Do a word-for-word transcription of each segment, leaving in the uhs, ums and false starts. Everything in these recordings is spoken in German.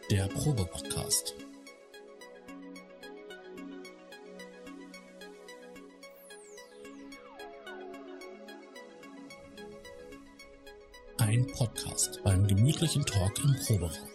Der Probe-Podcast. Ein Podcast beim gemütlichen Talk im Proberaum.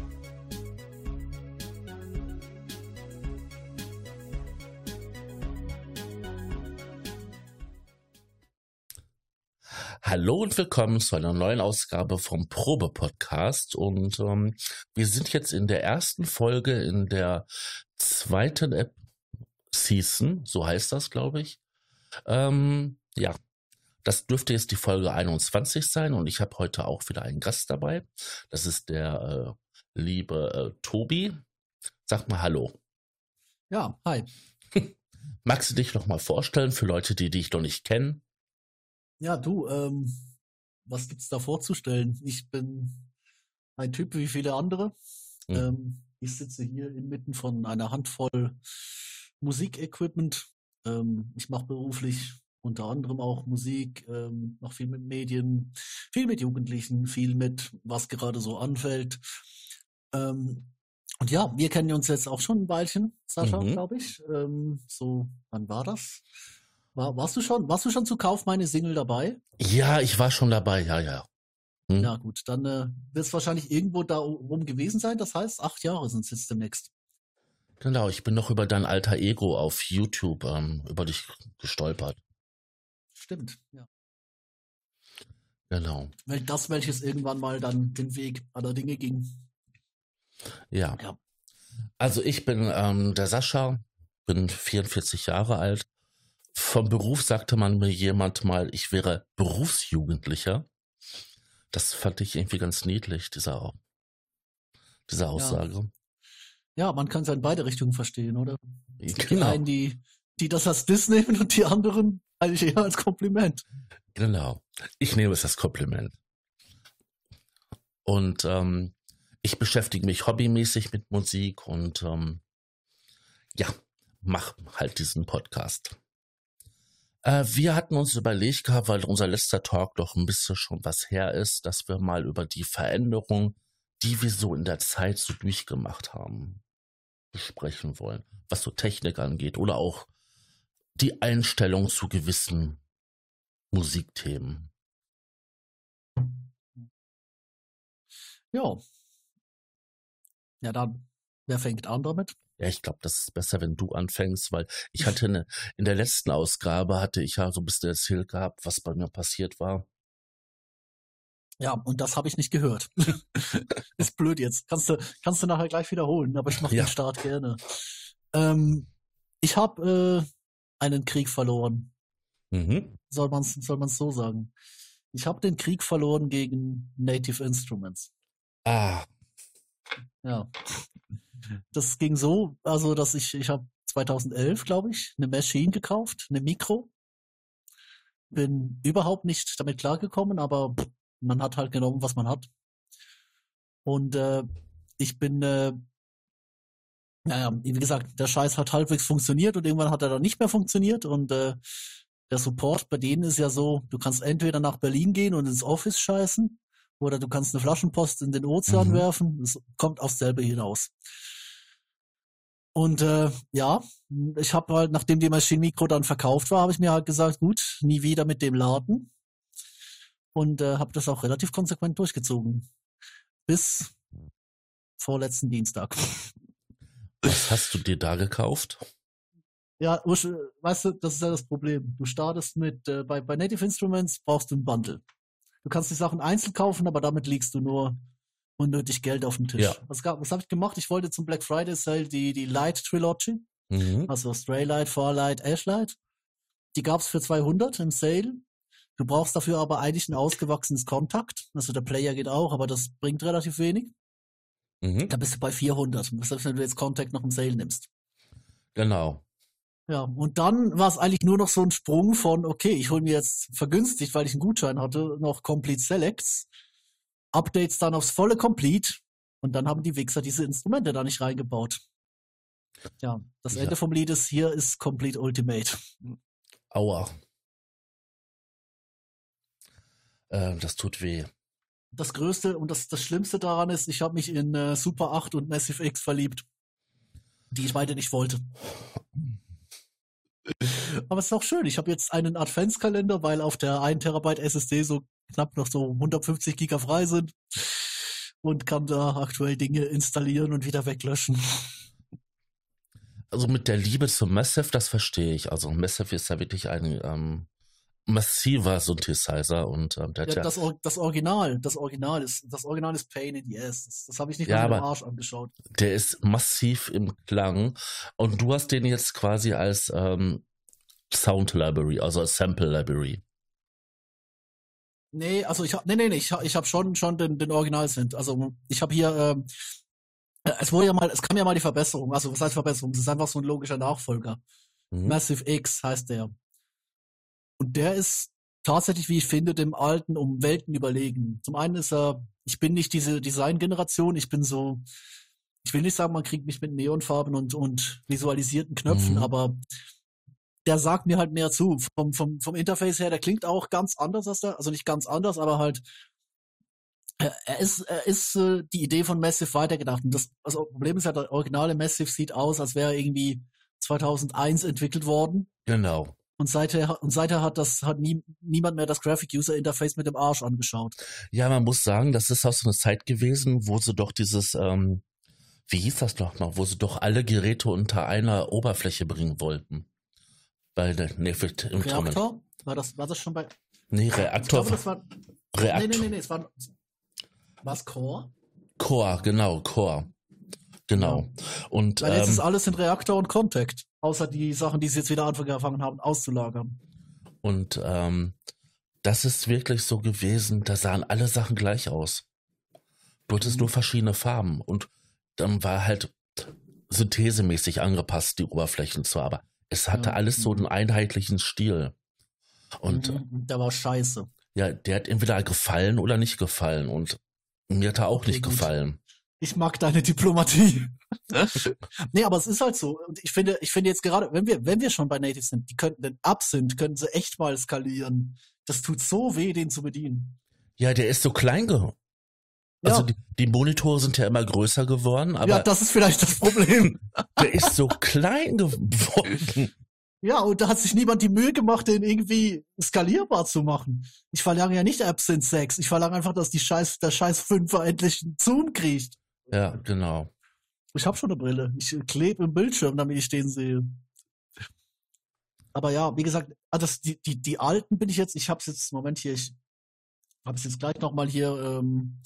Hallo und willkommen zu einer neuen Ausgabe vom Probe-Podcast und ähm, wir sind jetzt in der ersten Folge in der zweiten App Season, so heißt das, glaube ich. Ähm, ja, das dürfte jetzt die Folge einundzwanzig sein und ich habe heute auch wieder einen Gast dabei. Das ist der äh, liebe äh, Tobi. Sag mal Hallo. Ja, hi. Magst du dich noch mal vorstellen für Leute, die dich noch nicht kennen? Ja, du, ähm, was gibt's da vorzustellen? Ich bin ein Typ wie viele andere. Mhm. Ähm, ich sitze hier inmitten von einer Handvoll Musikequipment. Ähm, ich mache beruflich unter anderem auch Musik, ähm, mache viel mit Medien, viel mit Jugendlichen, viel mit, was gerade so anfällt. Ähm, und ja, wir kennen uns jetzt auch schon ein Weilchen, Sascha, Mhm. glaube ich. Ähm, so, wann war das? War, warst du schon, warst du schon zu Kauf meine Single dabei? Ja, ich war schon dabei, ja, ja. Hm. Ja gut, dann äh, wird es wahrscheinlich irgendwo da rum gewesen sein. Das heißt, acht Jahre sind es jetzt demnächst. Genau, ich bin noch über dein alter Ego auf YouTube ähm, über dich gestolpert. Stimmt, ja. Genau, Weil das, welches irgendwann mal dann den Weg aller Dinge ging. ja. Ja. Also ich bin ähm, der Sascha, bin vierundvierzig Jahre alt. Vom Beruf sagte man mir jemand mal, ich wäre Berufsjugendlicher. Das fand ich irgendwie ganz niedlich, dieser, diese Aussage. Ja, man kann es ja in beide Richtungen verstehen, oder? Es gibt die Genau, einen, die, die das als Diss nehmen und die anderen eigentlich eher als Kompliment. genau. Ich nehme es als Kompliment. Und ähm, ich beschäftige mich hobbymäßig mit Musik und ähm, ja, mach halt diesen Podcast. Äh, wir hatten uns überlegt gehabt, weil unser letzter Talk doch ein bisschen schon was her ist, dass wir mal über die Veränderung, die wir so in der Zeit so durchgemacht haben, besprechen wollen. Was so Technik angeht oder auch die Einstellung zu gewissen Musikthemen. Ja. Ja, dann, wer fängt an damit? Ja, ich glaube, das ist besser, wenn du anfängst, weil ich hatte eine, in der letzten Ausgabe hatte ich ja so ein bisschen erzählt gehabt, was bei mir passiert war. Ja, und das habe ich nicht gehört. Ist blöd jetzt. Kannst du, kannst du nachher gleich wiederholen, aber ich mache Ja. den Start gerne. Ähm, ich habe äh, einen Krieg verloren. Mhm. Soll man es soll man's so sagen? Ich habe den Krieg verloren gegen Native Instruments. Ah, Ja. Das ging so, also dass ich, ich habe zweitausendelf, glaube ich, eine Maschine gekauft, eine Mikro. Bin überhaupt nicht damit klargekommen, aber pff, man hat halt genommen, was man hat. Und äh, ich bin, äh, naja, wie gesagt, der Scheiß hat halbwegs funktioniert und irgendwann hat er dann nicht mehr funktioniert. Und äh, der Support bei denen ist ja so, du kannst entweder nach Berlin gehen und ins Office scheißen oder du kannst eine Flaschenpost in den Ozean Mhm. werfen. Es kommt aufs selbe hinaus. Und äh, ja, ich habe halt, nachdem die Maschine Mikro dann verkauft war, habe ich mir halt gesagt, gut, nie wieder mit dem Laden. Und äh, habe das auch relativ konsequent durchgezogen. Bis vorletzten Dienstag. was hast du dir da gekauft? Ja, usch- weißt du, das ist ja das Problem. Du startest mit, äh, bei, bei Native Instruments brauchst du ein Bundle. Du kannst die Sachen einzeln kaufen, aber damit legst du nur unnötig Geld auf den Tisch. Ja. Was, gab- was habe ich gemacht? Ich wollte zum Black Friday Sale die, die Light Trilogy, Mhm. also Straylight, Farlight, Ashlight. Die gab's für zweihundert im Sale. Du brauchst dafür aber eigentlich ein ausgewachsenes Kontakt. Also der Player geht auch, aber das bringt relativ wenig. Mhm. Da bist du bei vierhundert. Selbst wenn du jetzt Contact noch im Sale nimmst. Genau. Ja, und dann war es eigentlich nur noch so ein Sprung von, okay, ich hole mir jetzt vergünstigt, weil ich einen Gutschein hatte, noch Complete Selects, Updates dann aufs volle Complete und dann haben die Wichser diese Instrumente da nicht reingebaut. Ja, das Ja. Ende vom Lied ist, hier ist Complete Ultimate. Aua. Äh, das tut weh. das Größte und das, das Schlimmste daran ist, ich habe mich in äh, Super acht und Massive X verliebt, die ich beide nicht wollte. Aber es ist auch schön. Ich habe jetzt einen Adventskalender, weil auf der ein Terabyte S S D so knapp noch so hundertfünfzig Giga frei sind und kann da aktuell Dinge installieren und wieder weglöschen. Also mit der Liebe zum Massive, das verstehe ich. Also Massive ist ja wirklich ein ähm, massiver Synthesizer und ähm, der Ja, hat ja, das, Or- das Original, das Original ist, das Original ist Pain in the Ass. Das, das habe ich nicht ja, mal mit dem aber Arsch angeschaut. der ist massiv im Klang und du hast den jetzt quasi als ähm, Sound Library, also als Sample Library. Nee, also ich habe, nee, nee, nee, ich, ha- ich habe schon, schon den, den Original-Synth. Also ich habe hier, ähm, äh, es wurde ja mal, es kam ja mal die Verbesserung. Also was heißt Verbesserung? Es ist einfach so ein logischer Nachfolger. Mhm. Massive X heißt der. Und der ist tatsächlich, wie ich finde, dem alten um Welten überlegen. Zum einen ist er, ich bin nicht diese Design-Generation, ich bin so, ich will nicht sagen, man kriegt mich mit Neonfarben und, und visualisierten Knöpfen, Mhm. aber der sagt mir halt mehr zu. Vom, vom, vom Interface her, der klingt auch ganz anders als der, also nicht ganz anders, aber halt, äh, er ist, er ist äh, die Idee von Massive weitergedacht. Und das, also Problem ist ja, der originale Massive sieht aus, als wäre er irgendwie zweitausendeins entwickelt worden. Genau. Und seither, und seither hat das, hat nie, niemand mehr das Graphic User Interface mit dem Arsch angeschaut. Ja, man muss sagen, das ist auch so eine Zeit gewesen, wo sie doch dieses, ähm, wie hieß das doch noch, wo sie doch alle Geräte unter einer Oberfläche bringen wollten. Bei der Nefit im Reaktor? War das, war das schon bei, Nee, ich Reaktor. glaube, das war, nee, nee, Reaktor. nee, nee, es war, was, Core? Core, genau, Core. Genau. Und Weil jetzt ist ähm, alles in Reaktor und Contact. Außer die Sachen, die sie jetzt wieder angefangen haben, auszulagern. und ähm, das ist wirklich so gewesen, da sahen alle Sachen gleich aus. Du hattest Mhm. nur verschiedene Farben und dann war halt synthesemäßig angepasst, die Oberflächen zwar, aber es hatte Ja. alles so Mhm. einen einheitlichen Stil. Und Mhm. Der war scheiße. ja, der hat entweder gefallen oder nicht gefallen und mir hat er auch Okay, nicht gut. gefallen. Ich mag deine Diplomatie. Nee, aber es ist halt so. Und ich finde, ich finde jetzt gerade, wenn wir, wenn wir schon bei Native sind, die könnten den Absint, könnten sie echt mal skalieren. Das tut so weh, den zu bedienen. Ja, der ist so klein geworden. Also Ja. die, die Monitore sind ja immer größer geworden, aber Ja, das ist vielleicht das Problem. der ist so klein geworden. Ja, und da hat sich niemand die Mühe gemacht, den irgendwie skalierbar zu machen. Ich verlange ja nicht Absint sechs. Ich verlange einfach, dass die scheiß, der scheiß Fünfer endlich einen Zoom kriegt. Ja, genau. Ich habe schon eine Brille. Ich klebe im Bildschirm, damit ich den sehe. Aber ja, wie gesagt, ah, das, die, die, die alten bin ich jetzt, ich hab's jetzt, Moment hier, ich hab's jetzt gleich nochmal hier, ähm,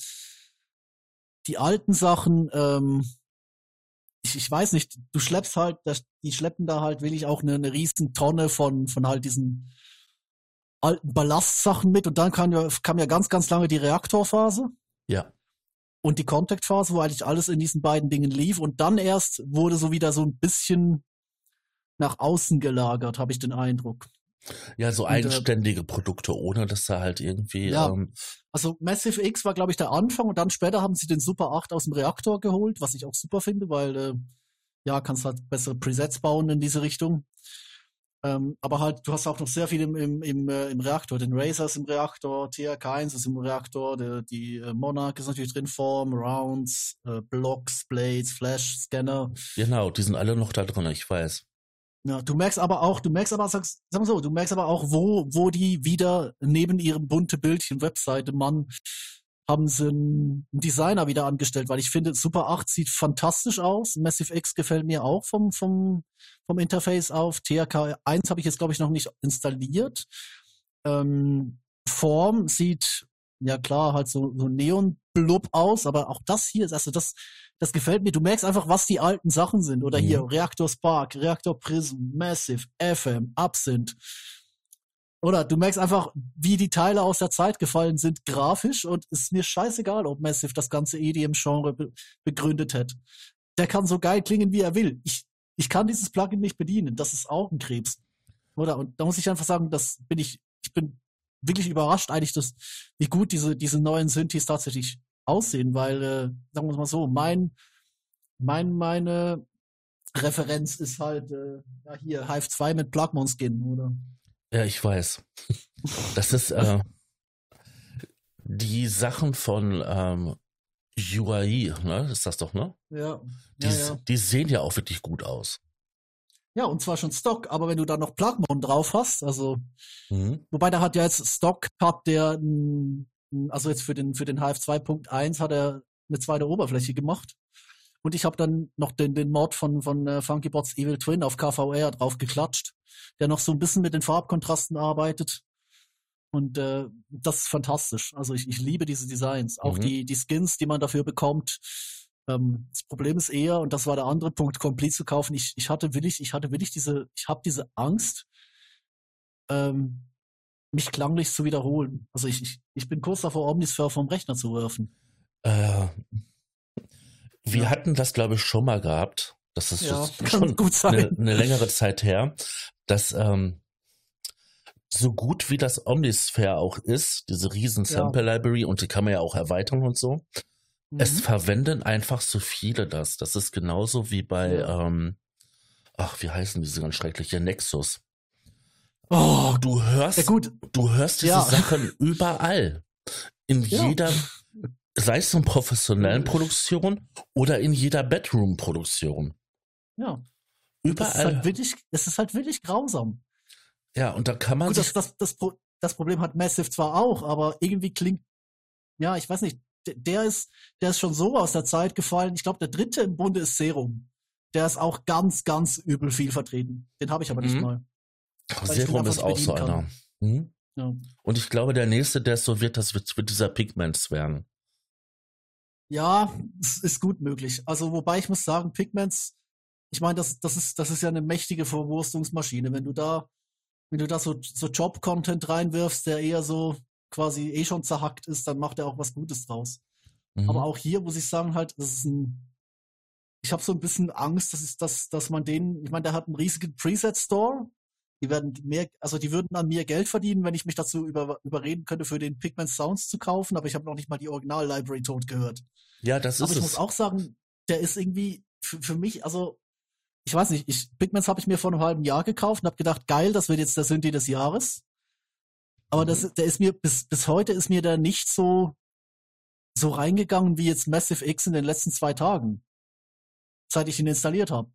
die alten Sachen, ähm, ich, ich weiß nicht, du schleppst halt, das, die schleppen da halt wirklich auch eine, eine riesen Tonne von, von halt diesen alten Ballastsachen mit und dann kam ja, kam ja ganz, ganz lange die Reaktorphase Ja. und die Contact-Phase, wo eigentlich alles in diesen beiden Dingen lief und dann erst wurde so wieder so ein bisschen nach außen gelagert, habe ich den Eindruck. Ja, so Und, äh, eigenständige Produkte, ohne dass da halt irgendwie, Ja. ähm, Also Massive X war, glaube ich, der Anfang und dann später haben sie den Super acht aus dem Reaktor geholt, was ich auch super finde, weil äh, ja, kannst halt bessere Presets bauen in diese Richtung. Ähm, aber halt, du hast auch noch sehr viel im, im, im, äh, im Reaktor. Den Razer ist im Reaktor, T R K eins ist im Reaktor, der, die äh, Monarch ist natürlich drin, Form, Rounds, äh, Blocks, Blades, Flash, Scanner. genau, die sind alle noch da drin, ich weiß. Ja, du merkst aber auch, du merkst aber, sag, sag mal so, du merkst aber auch, wo, wo die wieder neben ihrem bunte Bildchen Webseite, Mann, haben sie einen Designer wieder angestellt, weil ich finde, Super acht sieht fantastisch aus. Massive X gefällt mir auch vom, vom, vom Interface auf. T R K eins habe ich jetzt, glaube ich, noch nicht installiert. Ähm, Form sieht, ja klar, halt so, so Neon-Blub aus, aber auch das hier, also das, das gefällt mir. Du merkst einfach, was die alten Sachen sind. Oder Mhm. hier, Reaktor Spark, Reaktor Prism, Massive, F M, Absint. Oder du merkst einfach, wie die Teile aus der Zeit gefallen sind, grafisch. Und es ist mir scheißegal, ob Massive das ganze E D M-Genre be begründet hat. Der kann so geil klingen, wie er will. Ich, ich kann dieses Plugin nicht bedienen. Das ist Augenkrebs. Oder? Und da muss ich einfach sagen, das bin ich, ich bin wirklich überrascht eigentlich, dass, wie gut diese, diese neuen Synthes tatsächlich aussehen, weil, äh, sagen wir es mal so, mein, mein, meine Referenz ist halt, äh, ja hier, Hive zwei mit Plugmon Skin, oder? Ja, ich weiß. Das ist, äh, die Sachen von ähm, U I E, ne? Ist das doch, ne? Ja. Die, Ja, ja. die sehen ja auch wirklich gut aus. Ja, und zwar schon Stock, aber wenn du da noch Plugmon drauf hast, also, Mhm. wobei der hat ja jetzt Stock, hat der, n- n- also jetzt für den, für den H F zwei Punkt eins hat er eine zweite Oberfläche gemacht. Und ich habe dann noch den, den Mod von, von äh, FunkyBots Evil Twin auf K V R drauf geklatscht, der noch so ein bisschen mit den Farbkontrasten arbeitet. Und äh, das ist fantastisch. Also ich, ich liebe diese Designs. Auch Mhm. die, die Skins, die man dafür bekommt. Ähm, das Problem ist eher, und das war der andere Punkt, Complete zu kaufen. Ich, ich hatte willig, ich hatte willig diese, ich habe diese Angst, ähm, mich klanglich zu wiederholen. Also ich, ich, ich bin kurz davor, Omnisphere vom Rechner zu werfen. Äh, wir Ja. hatten das, glaube ich, schon mal gehabt. Das ist Ja, jetzt kann schon gut sein. eine, eine längere Zeit her, dass ähm, so gut wie das Omnisphere auch ist, diese riesen Ja. Sample Library, und die kann man ja auch erweitern und so, es Mhm. verwenden einfach so viele das. Das ist genauso wie bei, Ja. ähm, ach, wie heißen diese ganz schreckliche Nexus. Oh, Du ja hörst, gut. du hörst diese Ja. Sachen überall. In Ja. jeder, sei es in professionellen Produktion oder in jeder Bedroom-Produktion. Ja. Und das ist halt Überall. wirklich, es ist halt wirklich grausam. Ja, und da kann man Gut, sich, das, das, das, Pro- das Problem hat Massive zwar auch, aber irgendwie klingt, ja, ich weiß nicht, der, der ist, der ist schon so aus der Zeit gefallen. Ich glaube, der dritte im Bunde ist Serum. Der ist auch ganz, ganz übel viel vertreten. Den habe ich aber nicht Mhm. mal. weil ich den Serum einfach ist nicht auch so bedienen einer. kann. Mhm. Ja. Und ich glaube, der nächste, der es so wird, das wird, wird dieser Pigment-Zwerg. Ja, es ist gut möglich. Also, wobei ich muss sagen, Pigments, ich meine, das, das ist, das ist ja eine mächtige Verwurstungsmaschine. Wenn du da, wenn du da so, so Job-Content reinwirfst, der eher so quasi eh schon zerhackt ist, dann macht er auch was Gutes draus. Mhm. Aber auch hier muss ich sagen, halt, das ist ein, ich habe so ein bisschen Angst, dass, ist, dass, dass man den, ich meine, der hat einen riesigen Preset-Store. Die werden mehr, also die würden an mir Geld verdienen, wenn ich mich dazu über, überreden könnte, für den Pigment Sounds zu kaufen, aber ich habe noch nicht mal die Original-Library tot gehört. Ja, das Aber ist ich muss es. auch sagen, der ist irgendwie für, für mich, also ich weiß nicht, ich, Pigments habe ich mir vor einem halben Jahr gekauft und habe gedacht, geil, das wird jetzt der Synthi des Jahres. Aber das, Mhm. der ist mir, bis, bis heute ist mir der nicht so, so reingegangen wie jetzt Massive X in den letzten zwei Tagen, seit ich ihn installiert habe.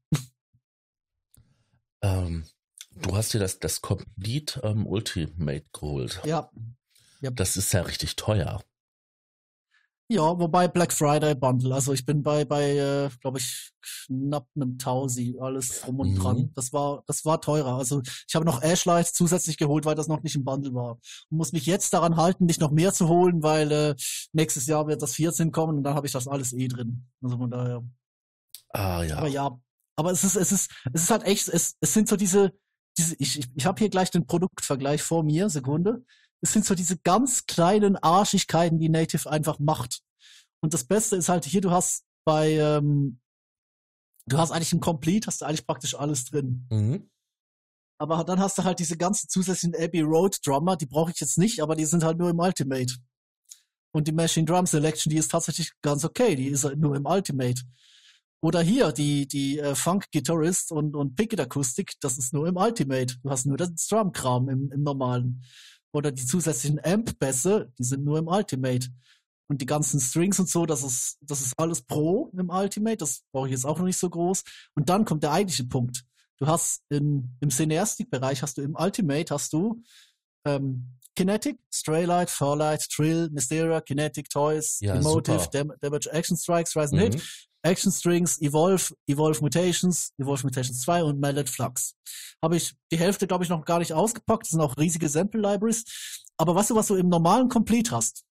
Ähm, du hast dir das, das Complete ähm, Ultimate geholt. Ja. Das ist ja richtig teuer. Ja, wobei Black Friday Bundle, also ich bin bei, bei, äh, glaube ich, knapp einem Tausi, alles drum und Mhm. dran. Das war, das war teurer. Also ich habe noch Ashlight zusätzlich geholt, weil das noch nicht im Bundle war. Und muss mich jetzt daran halten, nicht noch mehr zu holen, weil äh, nächstes Jahr wird das vierzehn kommen und dann habe ich das alles eh drin. Also von daher. Ah ja. Aber ja, aber es ist, es ist, es ist halt echt, es, es sind so diese, diese, ich, ich, ich habe hier gleich den Produktvergleich vor mir, Sekunde. Es sind so diese ganz kleinen Arschigkeiten, die Native einfach macht. Und das Beste ist halt hier, du hast bei, ähm, du hast eigentlich ein Complete, hast du eigentlich praktisch alles drin. Mhm. Aber dann hast du halt diese ganzen zusätzlichen Abbey Road Drummer, die brauche ich jetzt nicht, aber die sind halt nur im Ultimate. Und die Machine Drum Selection, die ist tatsächlich ganz okay, die ist halt nur im Ultimate. Oder hier, die, die äh, Funk Guitarist und, und Picket Akustik, das ist nur im Ultimate. Du hast nur das Drum-Kram im, im normalen. Oder die zusätzlichen Amp-Bässe, die sind nur im Ultimate. Und die ganzen Strings und so, das ist, das ist alles Pro im Ultimate, das brauche ich jetzt auch noch nicht so groß. Und dann kommt der eigentliche Punkt. Du hast in, im Cineastic-Bereich hast du im Ultimate hast du ähm, Kinetic, Straylight, Farlight, Trill, Mysteria, Kinetic, Toys, Ja, Emotive, super. Dam Damage, Action Strikes, Rise and Mhm. Hit, Action Strings, Evolve, Evolve Mutations, Evolve Mutations zwei und Mallet Flux. Habe ich die Hälfte, glaube ich, noch gar nicht ausgepackt. Das sind auch riesige Sample Libraries. Aber weißt du, was du im normalen Complete hast?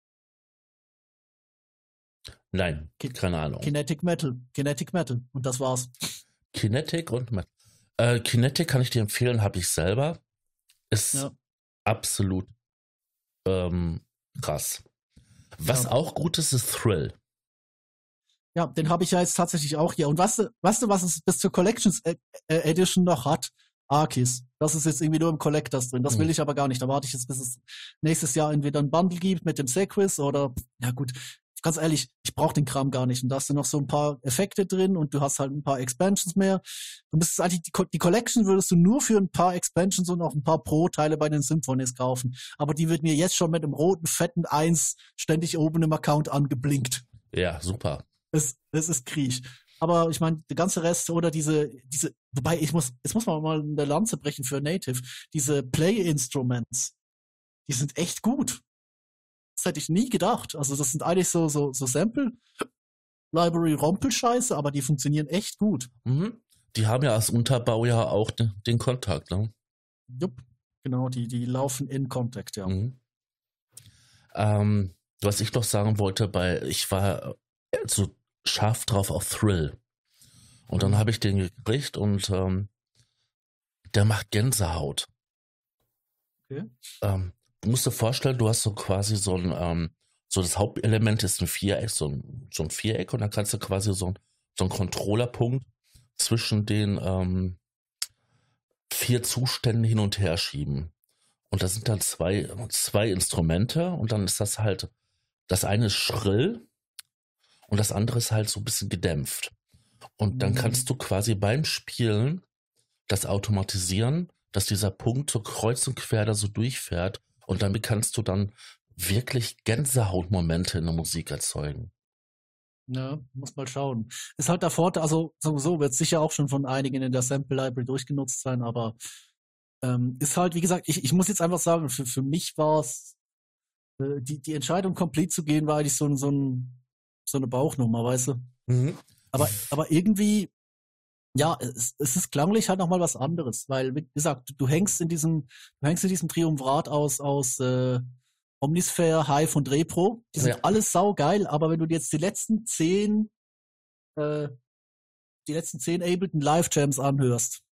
Nein, Ki- keine Ahnung. Kinetic Metal. Kinetic Metal. Und das war's. Kinetic und Ma- äh, Kinetic kann ich dir empfehlen, habe ich selber. Ist Ja. absolut ähm, krass. Was Ja. auch gut ist, ist Thrill. Ja, den habe ich ja jetzt tatsächlich auch hier. Und weißt du, weißt du, was es bis zur Collections äh, äh, Edition noch hat? Arkis. Das ist jetzt irgendwie nur im Collectors drin. Das will Hm. ich aber gar nicht. Da warte ich jetzt, bis es nächstes Jahr entweder ein Bundle gibt mit dem Sequis oder, ja gut, ganz ehrlich, ich brauche den Kram gar nicht. Und da hast du noch so ein paar Effekte drin und du hast halt ein paar Expansions mehr. Du müsstest eigentlich, die, die Collection würdest du nur für ein paar Expansions und auch ein paar Pro-Teile bei den Symphonies kaufen. Aber die wird mir jetzt schon mit einem roten, fetten eins ständig oben im Account angeblinkt. Ja, super. Es, es ist Krieg. Aber ich meine, der ganze Rest oder diese, diese, wobei ich muss, jetzt muss man mal eine Lanze brechen für Native. Diese Play-Instruments, die sind echt gut. Das hätte ich nie gedacht. Also das sind eigentlich so, so, so Sample-Library-Rompel-Scheiße, aber die funktionieren echt gut. Mhm. Die haben ja als Unterbau ja auch den, den Kontakt, ne? Jupp, genau, die, die laufen in Kontakt, ja. Mhm. Ähm, was ich noch sagen wollte, bei, ich war so scharf drauf auf Thrill. Und dann habe ich den gekriegt und ähm, der macht Gänsehaut. Okay. Ähm, du musst dir vorstellen, du hast so quasi so ein, ähm, so das Hauptelement ist ein Viereck, so ein, so ein Viereck und dann kannst du quasi so, ein, so einen Controllerpunkt zwischen den ähm, vier Zuständen hin und her schieben. Und da sind dann zwei, zwei Instrumente und dann ist das halt, das eine ist schrill und das andere ist halt so ein bisschen gedämpft. Und dann kannst du quasi beim Spielen das automatisieren, dass dieser Punkt so kreuz und quer da so durchfährt und damit kannst du dann wirklich Gänsehautmomente in der Musik erzeugen. Ja, muss mal schauen. Ist halt der Vorteil, also sowieso wird sicher auch schon von einigen in der Sample Library durchgenutzt sein, aber ähm, ist halt, wie gesagt, ich, ich muss jetzt einfach sagen, für, für mich war es, äh, die, die Entscheidung, komplett zu gehen, war eigentlich so, ein, so, ein, so eine Bauchnummer, weißt du? Mhm. Aber, aber irgendwie, ja, es, es ist klanglich halt nochmal was anderes, weil, wie gesagt, du, du hängst in diesem, du hängst in diesem Triumvirat aus, aus äh, Omnisphere, Hive und Repro. Die sind Ja. alles saugeil, aber wenn du dir jetzt die letzten zehn, äh, die letzten zehn Ableton Live Jams anhörst,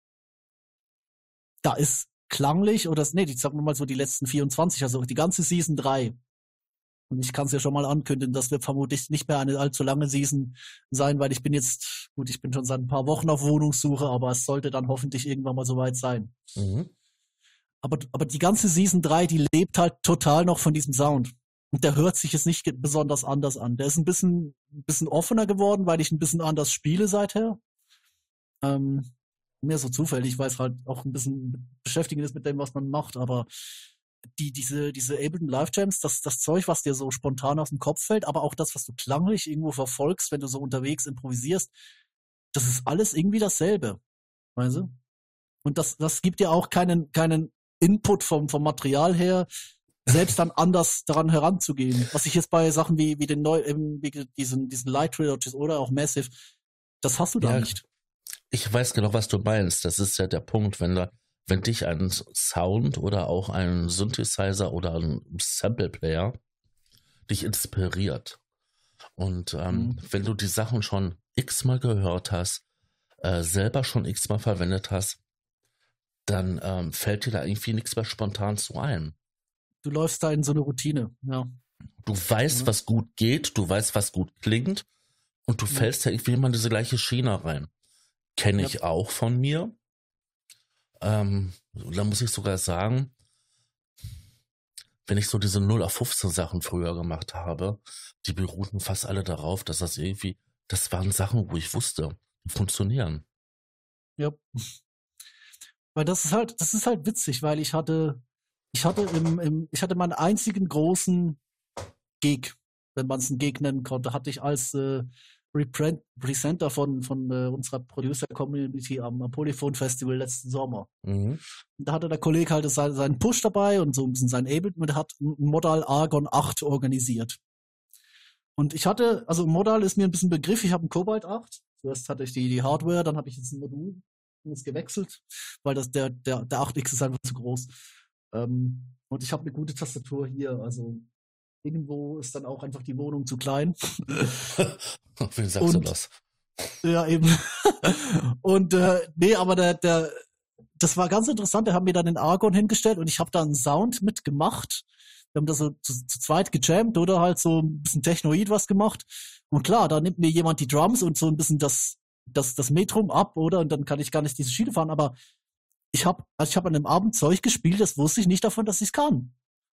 da ist klanglich, oder nee, ich sag mal so die letzten vierundzwanzig, also die ganze Season drei. Und ich kann es ja schon mal ankündigen, das wird vermutlich nicht mehr eine allzu lange Season sein, weil ich bin jetzt, gut, ich bin schon seit ein paar Wochen auf Wohnungssuche, aber es sollte dann hoffentlich irgendwann mal soweit sein. Mhm. Aber, aber die ganze Season drei, die lebt halt total noch von diesem Sound. Und der hört sich jetzt nicht besonders anders an. Der ist ein bisschen, ein bisschen offener geworden, weil ich ein bisschen anders spiele seither. Ähm, mehr so zufällig, weil es halt auch ein bisschen beschäftigend ist mit dem, was man macht, aber die, diese, diese Ableton Live Jams, das, das Zeug, was dir so spontan aus dem Kopf fällt, aber auch das, was du klanglich irgendwo verfolgst, wenn du so unterwegs improvisierst, das ist alles irgendwie dasselbe. Weißt du? Und das, das gibt dir auch keinen, keinen Input vom, vom Material her, selbst dann anders daran heranzugehen. Was ich jetzt bei Sachen wie, wie den neu, wie diesen, diesen Light Trilogies oder auch Massive, das hast du da Ja, nicht. ich weiß genau, was du meinst. Das ist ja der Punkt, wenn da, wenn dich ein Sound oder auch ein Synthesizer oder ein Sample-Player dich inspiriert. Und ähm, Mhm. wenn du die Sachen schon x-mal gehört hast, äh, selber schon x-mal verwendet hast, dann ähm, fällt dir da irgendwie nichts mehr spontan zu ein. Du läufst da in so eine Routine, ja. Du weißt, Ja. was gut geht, du weißt, was gut klingt und du Ja. fällst ja irgendwie immer in diese gleiche Schiene rein. Kenne ich Ja. auch von mir. Ähm, da muss ich sogar sagen, wenn ich so diese null auf fünfzehn Sachen früher gemacht habe, die beruhten fast alle darauf, dass das irgendwie, das waren Sachen, wo ich wusste, die funktionieren. Ja. Weil das ist halt, das ist halt witzig, weil ich hatte, ich hatte im, im ich hatte meinen einzigen großen Gig, wenn man es einen Gig nennen konnte, hatte ich als äh, Repre- Presenter von, von äh, unserer Producer-Community am, am Polyphone Festival letzten Sommer. Mhm. Und da hatte der Kollege halt seinen, seinen Push dabei und so ein bisschen sein Ableton und hat ein Modal Argon acht organisiert. Und ich hatte, also Modal ist mir ein bisschen Begriff, ich habe einen Cobalt acht. Zuerst hatte ich die, die Hardware, dann habe ich jetzt ein Modul ist gewechselt, weil das der, der, der acht X ist einfach zu groß. Ähm, und ich habe eine gute Tastatur hier, also irgendwo ist dann auch einfach die Wohnung zu klein. Wen sagst du Und- das? Ja, eben. Und äh, nee, aber der, der, das war ganz interessant. Der hat mir dann den Argon hingestellt und ich habe da einen Sound mitgemacht. Wir haben da so zu, zu zweit gejammt oder halt so ein bisschen Technoid was gemacht. Und klar, da nimmt mir jemand die Drums und so ein bisschen das, das, das Metrum ab, oder? Und dann kann ich gar nicht diese Schiene fahren. Aber ich habe also ich hab an dem Abend Zeug gespielt, das wusste ich nicht davon, dass ich es kann.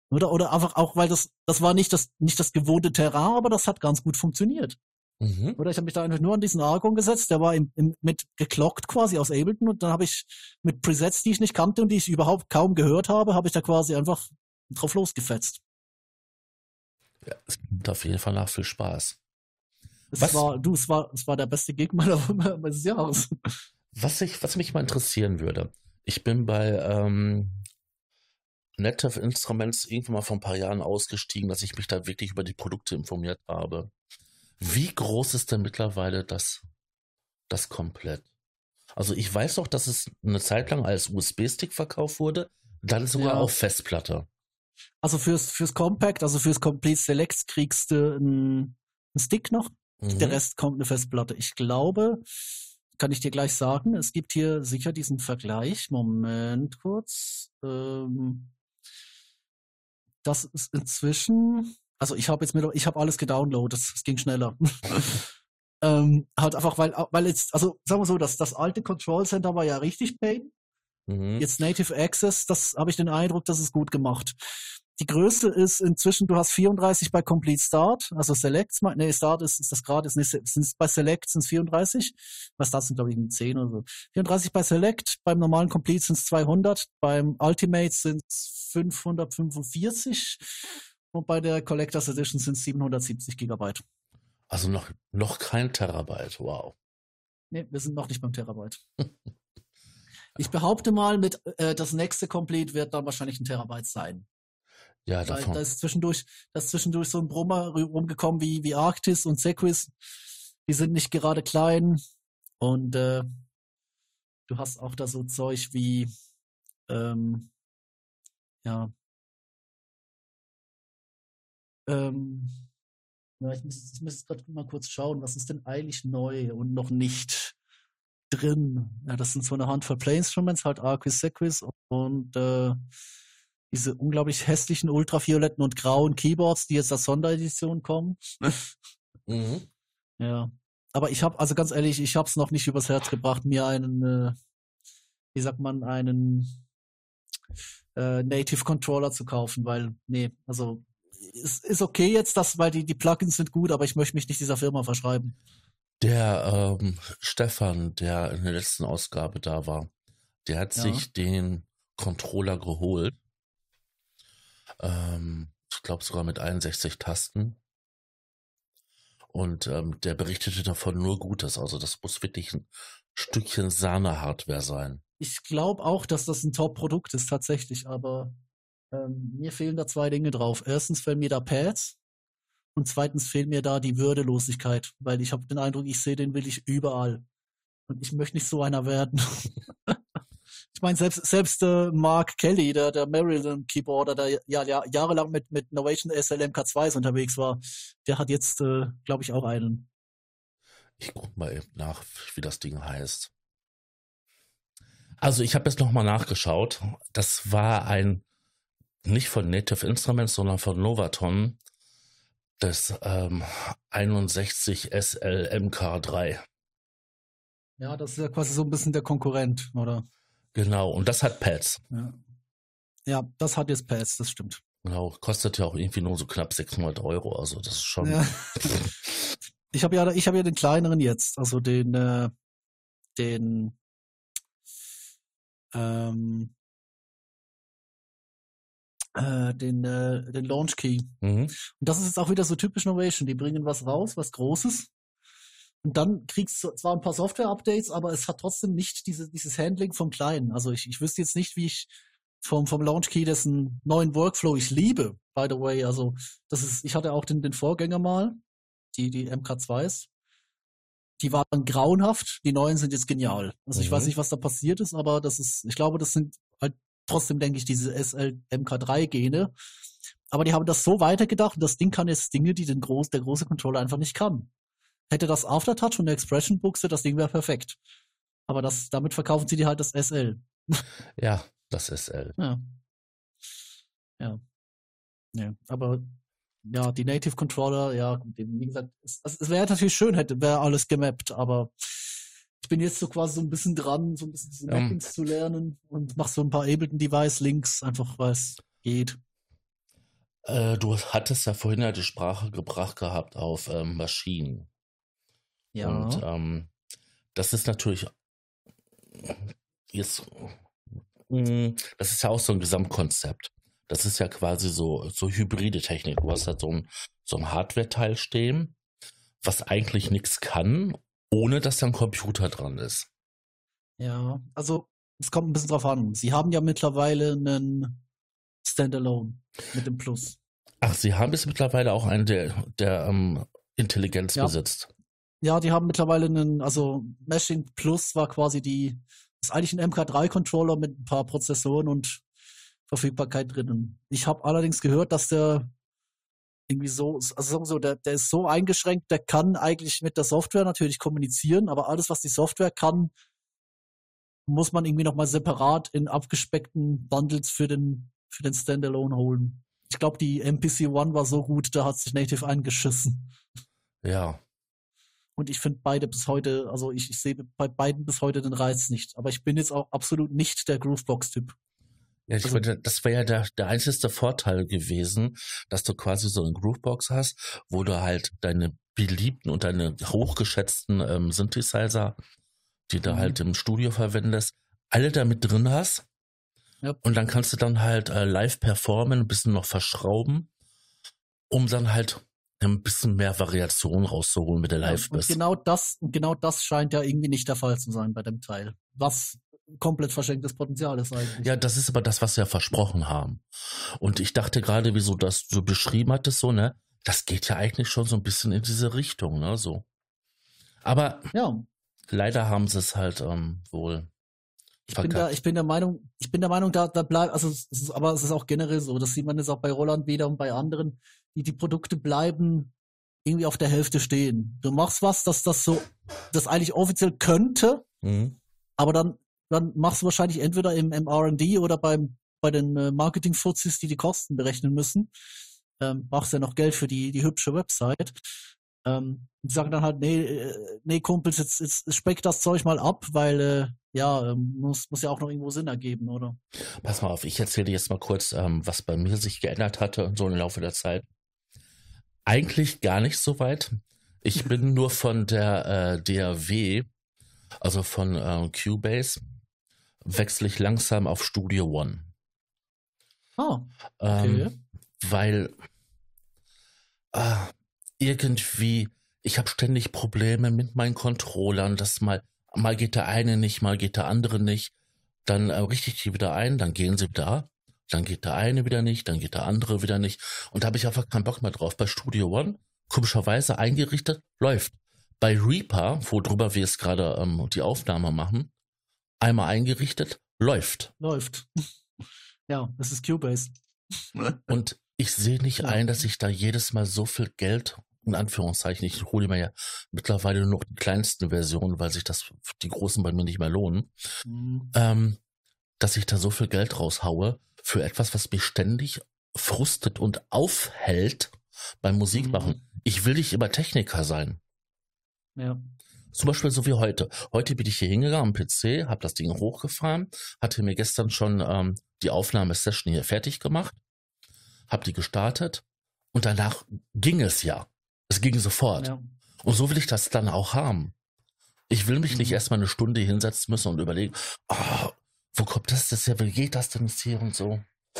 Oder, oder einfach auch, weil das, das war nicht das, nicht das gewohnte Terrain, aber das hat ganz gut funktioniert. Mhm. Oder ich habe mich da einfach nur an diesen Argon gesetzt, der war im, im, mit geklockt quasi aus Ableton und dann habe ich mit Presets, die ich nicht kannte und die ich überhaupt kaum gehört habe, habe ich da quasi einfach drauf losgefetzt. Ja, es gibt auf jeden Fall nach viel Spaß. Es Was? war, du, es war, es war der beste Gig meiner, meines Jahres. Was, ich, was mich mal interessieren würde, ich bin bei ähm, Native Instruments irgendwann mal vor ein paar Jahren ausgestiegen, dass ich mich da wirklich über die Produkte informiert habe. Wie groß ist denn mittlerweile das, das komplett? Also ich weiß noch, dass es eine Zeit lang als U S B-Stick verkauft wurde, dann sogar Ja. auf Festplatte. Also fürs, fürs Compact, also fürs Complete Select kriegst du einen, einen Stick noch. Mhm. Der Rest kommt eine Festplatte. Ich glaube, kann ich dir gleich sagen, es gibt hier sicher diesen Vergleich. Moment kurz. Ähm, das ist inzwischen, also ich habe jetzt mit, ich habe alles gedownloadet, es ging schneller. ähm, halt einfach, weil, weil jetzt, also sagen wir so, das, das alte Control Center war ja richtig pain. Mhm. Jetzt Native Access, das habe ich den Eindruck, das ist gut gemacht. Die Größe ist inzwischen, du hast vierunddreißig bei Complete Start, also Select, nee, Start ist, ist das gerade, ist nicht, sind bei Select sind es vierunddreißig, bei Start sind glaube ich zehn oder so. vierunddreißig bei Select, beim normalen Complete sind es zweihundert, beim Ultimate sind es fünfhundertfünfundvierzig und bei der Collectors Edition sind es siebenhundertsiebzig Gigabyte. Also noch, noch kein Terabyte, wow. Nee, wir sind noch nicht beim Terabyte. Ich behaupte mal, mit äh, das nächste Complete wird dann wahrscheinlich ein Terabyte sein. Ja, Weil davon. da ist zwischendurch, da ist zwischendurch so ein Brummer rumgekommen wie, wie Arctis und Sequis. Die sind nicht gerade klein. Und äh, du hast auch da so Zeug wie, ähm, ja, ähm, ja, ich muss, ich muss gerade mal kurz schauen, was ist denn eigentlich neu und noch nicht drin? Ja, das sind so eine Handvoll Play-Instruments, halt Arctis, Sequis und äh, diese unglaublich hässlichen ultravioletten und grauen Keyboards, die jetzt als Sonderedition kommen. Mhm. Ja. Aber ich habe, also ganz ehrlich, ich habe es noch nicht übers Herz gebracht, mir einen, äh, wie sagt man, einen äh, Native Controller zu kaufen, weil, nee, also es ist okay jetzt, dass, weil die, die Plugins sind gut, aber ich möchte mich nicht dieser Firma verschreiben. Der ähm, Stefan, der in der letzten Ausgabe da war, der hat Ja. sich den Controller geholt. Ähm, ich glaube sogar mit einundsechzig Tasten. Und ähm, der berichtete davon nur Gutes. Also das muss wirklich ein Stückchen Sahne-Hardware sein. Ich glaube auch, dass das ein Top-Produkt ist tatsächlich, aber ähm, mir fehlen da zwei Dinge drauf. Erstens fehlen mir da Pads und zweitens fehlt mir da die Würdelosigkeit, weil ich habe den Eindruck, ich sehe den wirklich überall. Und ich möchte nicht so einer werden. Ich meine, selbst, selbst äh, Mark Kelly, der, der Maryland-Keyboarder, der ja, ja jahrelang mit, mit Novation S L M K zwei unterwegs war, der hat jetzt, äh, glaube ich, auch einen. Ich guck mal eben nach, wie das Ding heißt. Also ich habe jetzt nochmal nachgeschaut. Das war ein, nicht von Native Instruments, sondern von Novaton, das ähm, einundsechzig S L M K drei. Ja, das ist ja quasi so ein bisschen der Konkurrent, oder? Genau, und das hat Pads. Ja, ja das hat jetzt Pads, das stimmt. Genau, kostet ja auch irgendwie nur so knapp sechshundert Euro, also das ist schon... Ja. Ich habe ja, ich habe ja den kleineren jetzt, also den, äh, den, ähm, äh, den, äh, den Launch Key. Mhm. Und das ist jetzt auch wieder so typisch Novation. Die bringen was raus, was Großes. Und dann kriegst du zwar ein paar Software-Updates, aber es hat trotzdem nicht diese, dieses Handling vom Kleinen. Also ich, ich wüsste jetzt nicht, wie ich vom, vom Launch Key dessen neuen Workflow ich liebe, by the way. Also das ist, ich hatte auch den, den Vorgänger mal, die, die M K zweis. Die waren grauenhaft, die neuen sind jetzt genial. Also ich Mhm. weiß nicht, was da passiert ist, aber das ist, ich glaube, das sind halt trotzdem, denke ich, diese S L M K drei Gene. Aber die haben das so weitergedacht und das Ding kann jetzt Dinge, die den groß, der große Controller einfach nicht kann. Hätte das Aftertouch und eine Expression-Buchse, das Ding wäre perfekt. Aber das, damit verkaufen sie dir halt das S L. Ja, das S L. Ja. Ja. Ja. Aber ja, die Native Controller, ja, wie gesagt, es, es wäre natürlich schön, hätte, wäre alles gemappt, aber ich bin jetzt so quasi so ein bisschen dran, so ein bisschen diese Ja. Mappings zu lernen und mach so ein paar Ableton Device Links, einfach weil es geht. Äh, du hattest ja vorhin ja die Sprache gebracht gehabt auf ähm, Maschinen. Ja. Und ähm, das ist natürlich jetzt, mh, das ist ja auch so ein Gesamtkonzept. Das ist ja quasi so, so hybride Technik. Du hast halt so ein, so ein Hardware-Teil stehen, was eigentlich nichts kann, ohne dass da ein Computer dran ist. Ja, also es kommt ein bisschen drauf an. Sie haben ja mittlerweile einen Standalone mit dem Plus. Ach, sie haben jetzt mittlerweile auch einen, der, der ähm, Intelligenz Ja. besitzt. Ja, die haben mittlerweile einen, also Meshing Plus war quasi die, ist eigentlich ein M K drei Controller mit ein paar Prozessoren und Verfügbarkeit drinnen. Ich habe allerdings gehört, dass der irgendwie so, also sagen wir so, der, der ist so eingeschränkt, der kann eigentlich mit der Software natürlich kommunizieren, aber alles, was die Software kann, muss man irgendwie nochmal separat in abgespeckten Bundles für den, für den Standalone holen. Ich glaube, die M P C One war so gut, da hat sich Native eingeschissen. Ja. Und ich finde beide bis heute, also ich, ich sehe bei beiden bis heute den Reiz nicht. Aber ich bin jetzt auch absolut nicht der Groovebox-Typ. Ja, ich Also- finde, das wäre ja der, der einzige Vorteil gewesen, dass du quasi so eine Groovebox hast, wo du halt deine beliebten und deine hochgeschätzten ähm, Synthesizer, die du Mhm. halt im Studio verwendest, alle da mit drin hast. Ja. Und dann kannst du dann halt äh, live performen, ein bisschen noch verschrauben, um dann halt ein bisschen mehr Variation rauszuholen mit der Ja, live und genau das, und genau das scheint ja irgendwie nicht der Fall zu sein bei dem Teil. Was komplett verschenktes Potenzial ist eigentlich. Ja, das ist aber das, was wir versprochen haben. Und ich dachte gerade, wieso das so beschrieben hattest, so, ne? Das geht ja eigentlich schon so ein bisschen in diese Richtung, ne? So. Aber Ja, leider haben sie es halt ähm, wohl ich bin verkackt. da, ich bin der Meinung, ich bin der Meinung, da, da bleibt, also es ist, aber es ist auch generell so, das sieht man jetzt auch bei Roland wieder und bei anderen, die, die Produkte bleiben irgendwie auf der Hälfte stehen. Du machst was, dass das so, das eigentlich offiziell könnte, Mhm. aber dann, dann machst du wahrscheinlich entweder im, im R und D oder beim, bei den äh, Marketing-Fuzis, die die Kosten berechnen müssen, ähm, machst ja noch Geld für die, die hübsche Website. Ähm, die sagen dann halt, nee, äh, nee, Kumpels, jetzt, jetzt speck das Zeug mal ab, weil, äh, ja, ähm, muss, muss ja auch noch irgendwo Sinn ergeben, oder? Pass mal auf, ich erzähle dir jetzt mal kurz, ähm, was bei mir sich geändert hatte so im Laufe der Zeit. Eigentlich gar nicht so weit. Ich bin nur von der äh, D A W, also von äh, Cubase, wechsle ich langsam auf Studio One. Ah, okay. Ähm, weil äh, irgendwie, ich habe ständig Probleme mit meinen Controllern, dass mal, mal geht der eine nicht, mal geht der andere nicht. Dann äh, richte ich die wieder ein, dann gehen sie wieder, dann geht der eine wieder nicht, dann geht der andere wieder nicht. Und da habe ich einfach keinen Bock mehr drauf. Bei Studio One, komischerweise eingerichtet, läuft. Bei Reaper, worüber wir jetzt gerade ähm, die Aufnahme machen, einmal eingerichtet, läuft. Läuft. Ja, das ist Cubase. Und ich sehe nicht Ja. ein, dass ich da jedes Mal so viel Geld, in Anführungszeichen, ich hole mir ja mittlerweile nur noch die kleinsten Versionen, weil sich das die großen bei mir nicht mehr lohnen, Mhm. ähm, dass ich da so viel Geld raushaue für etwas, was mich ständig frustet und aufhält beim Musikmachen. Mhm. Ich will nicht immer Techniker sein. Ja. Zum Beispiel so wie heute. Heute bin ich hier hingegangen am P C, habe das Ding hochgefahren, hatte mir gestern schon ähm, die Aufnahmesession hier fertig gemacht, habe die gestartet und danach ging es ja. Es ging sofort. Ja. Und so will ich das dann auch haben. Ich will mich nicht Mhm. erstmal eine Stunde hinsetzen müssen und überlegen, oh, wo kommt das jetzt her, wie geht das denn jetzt hier und so.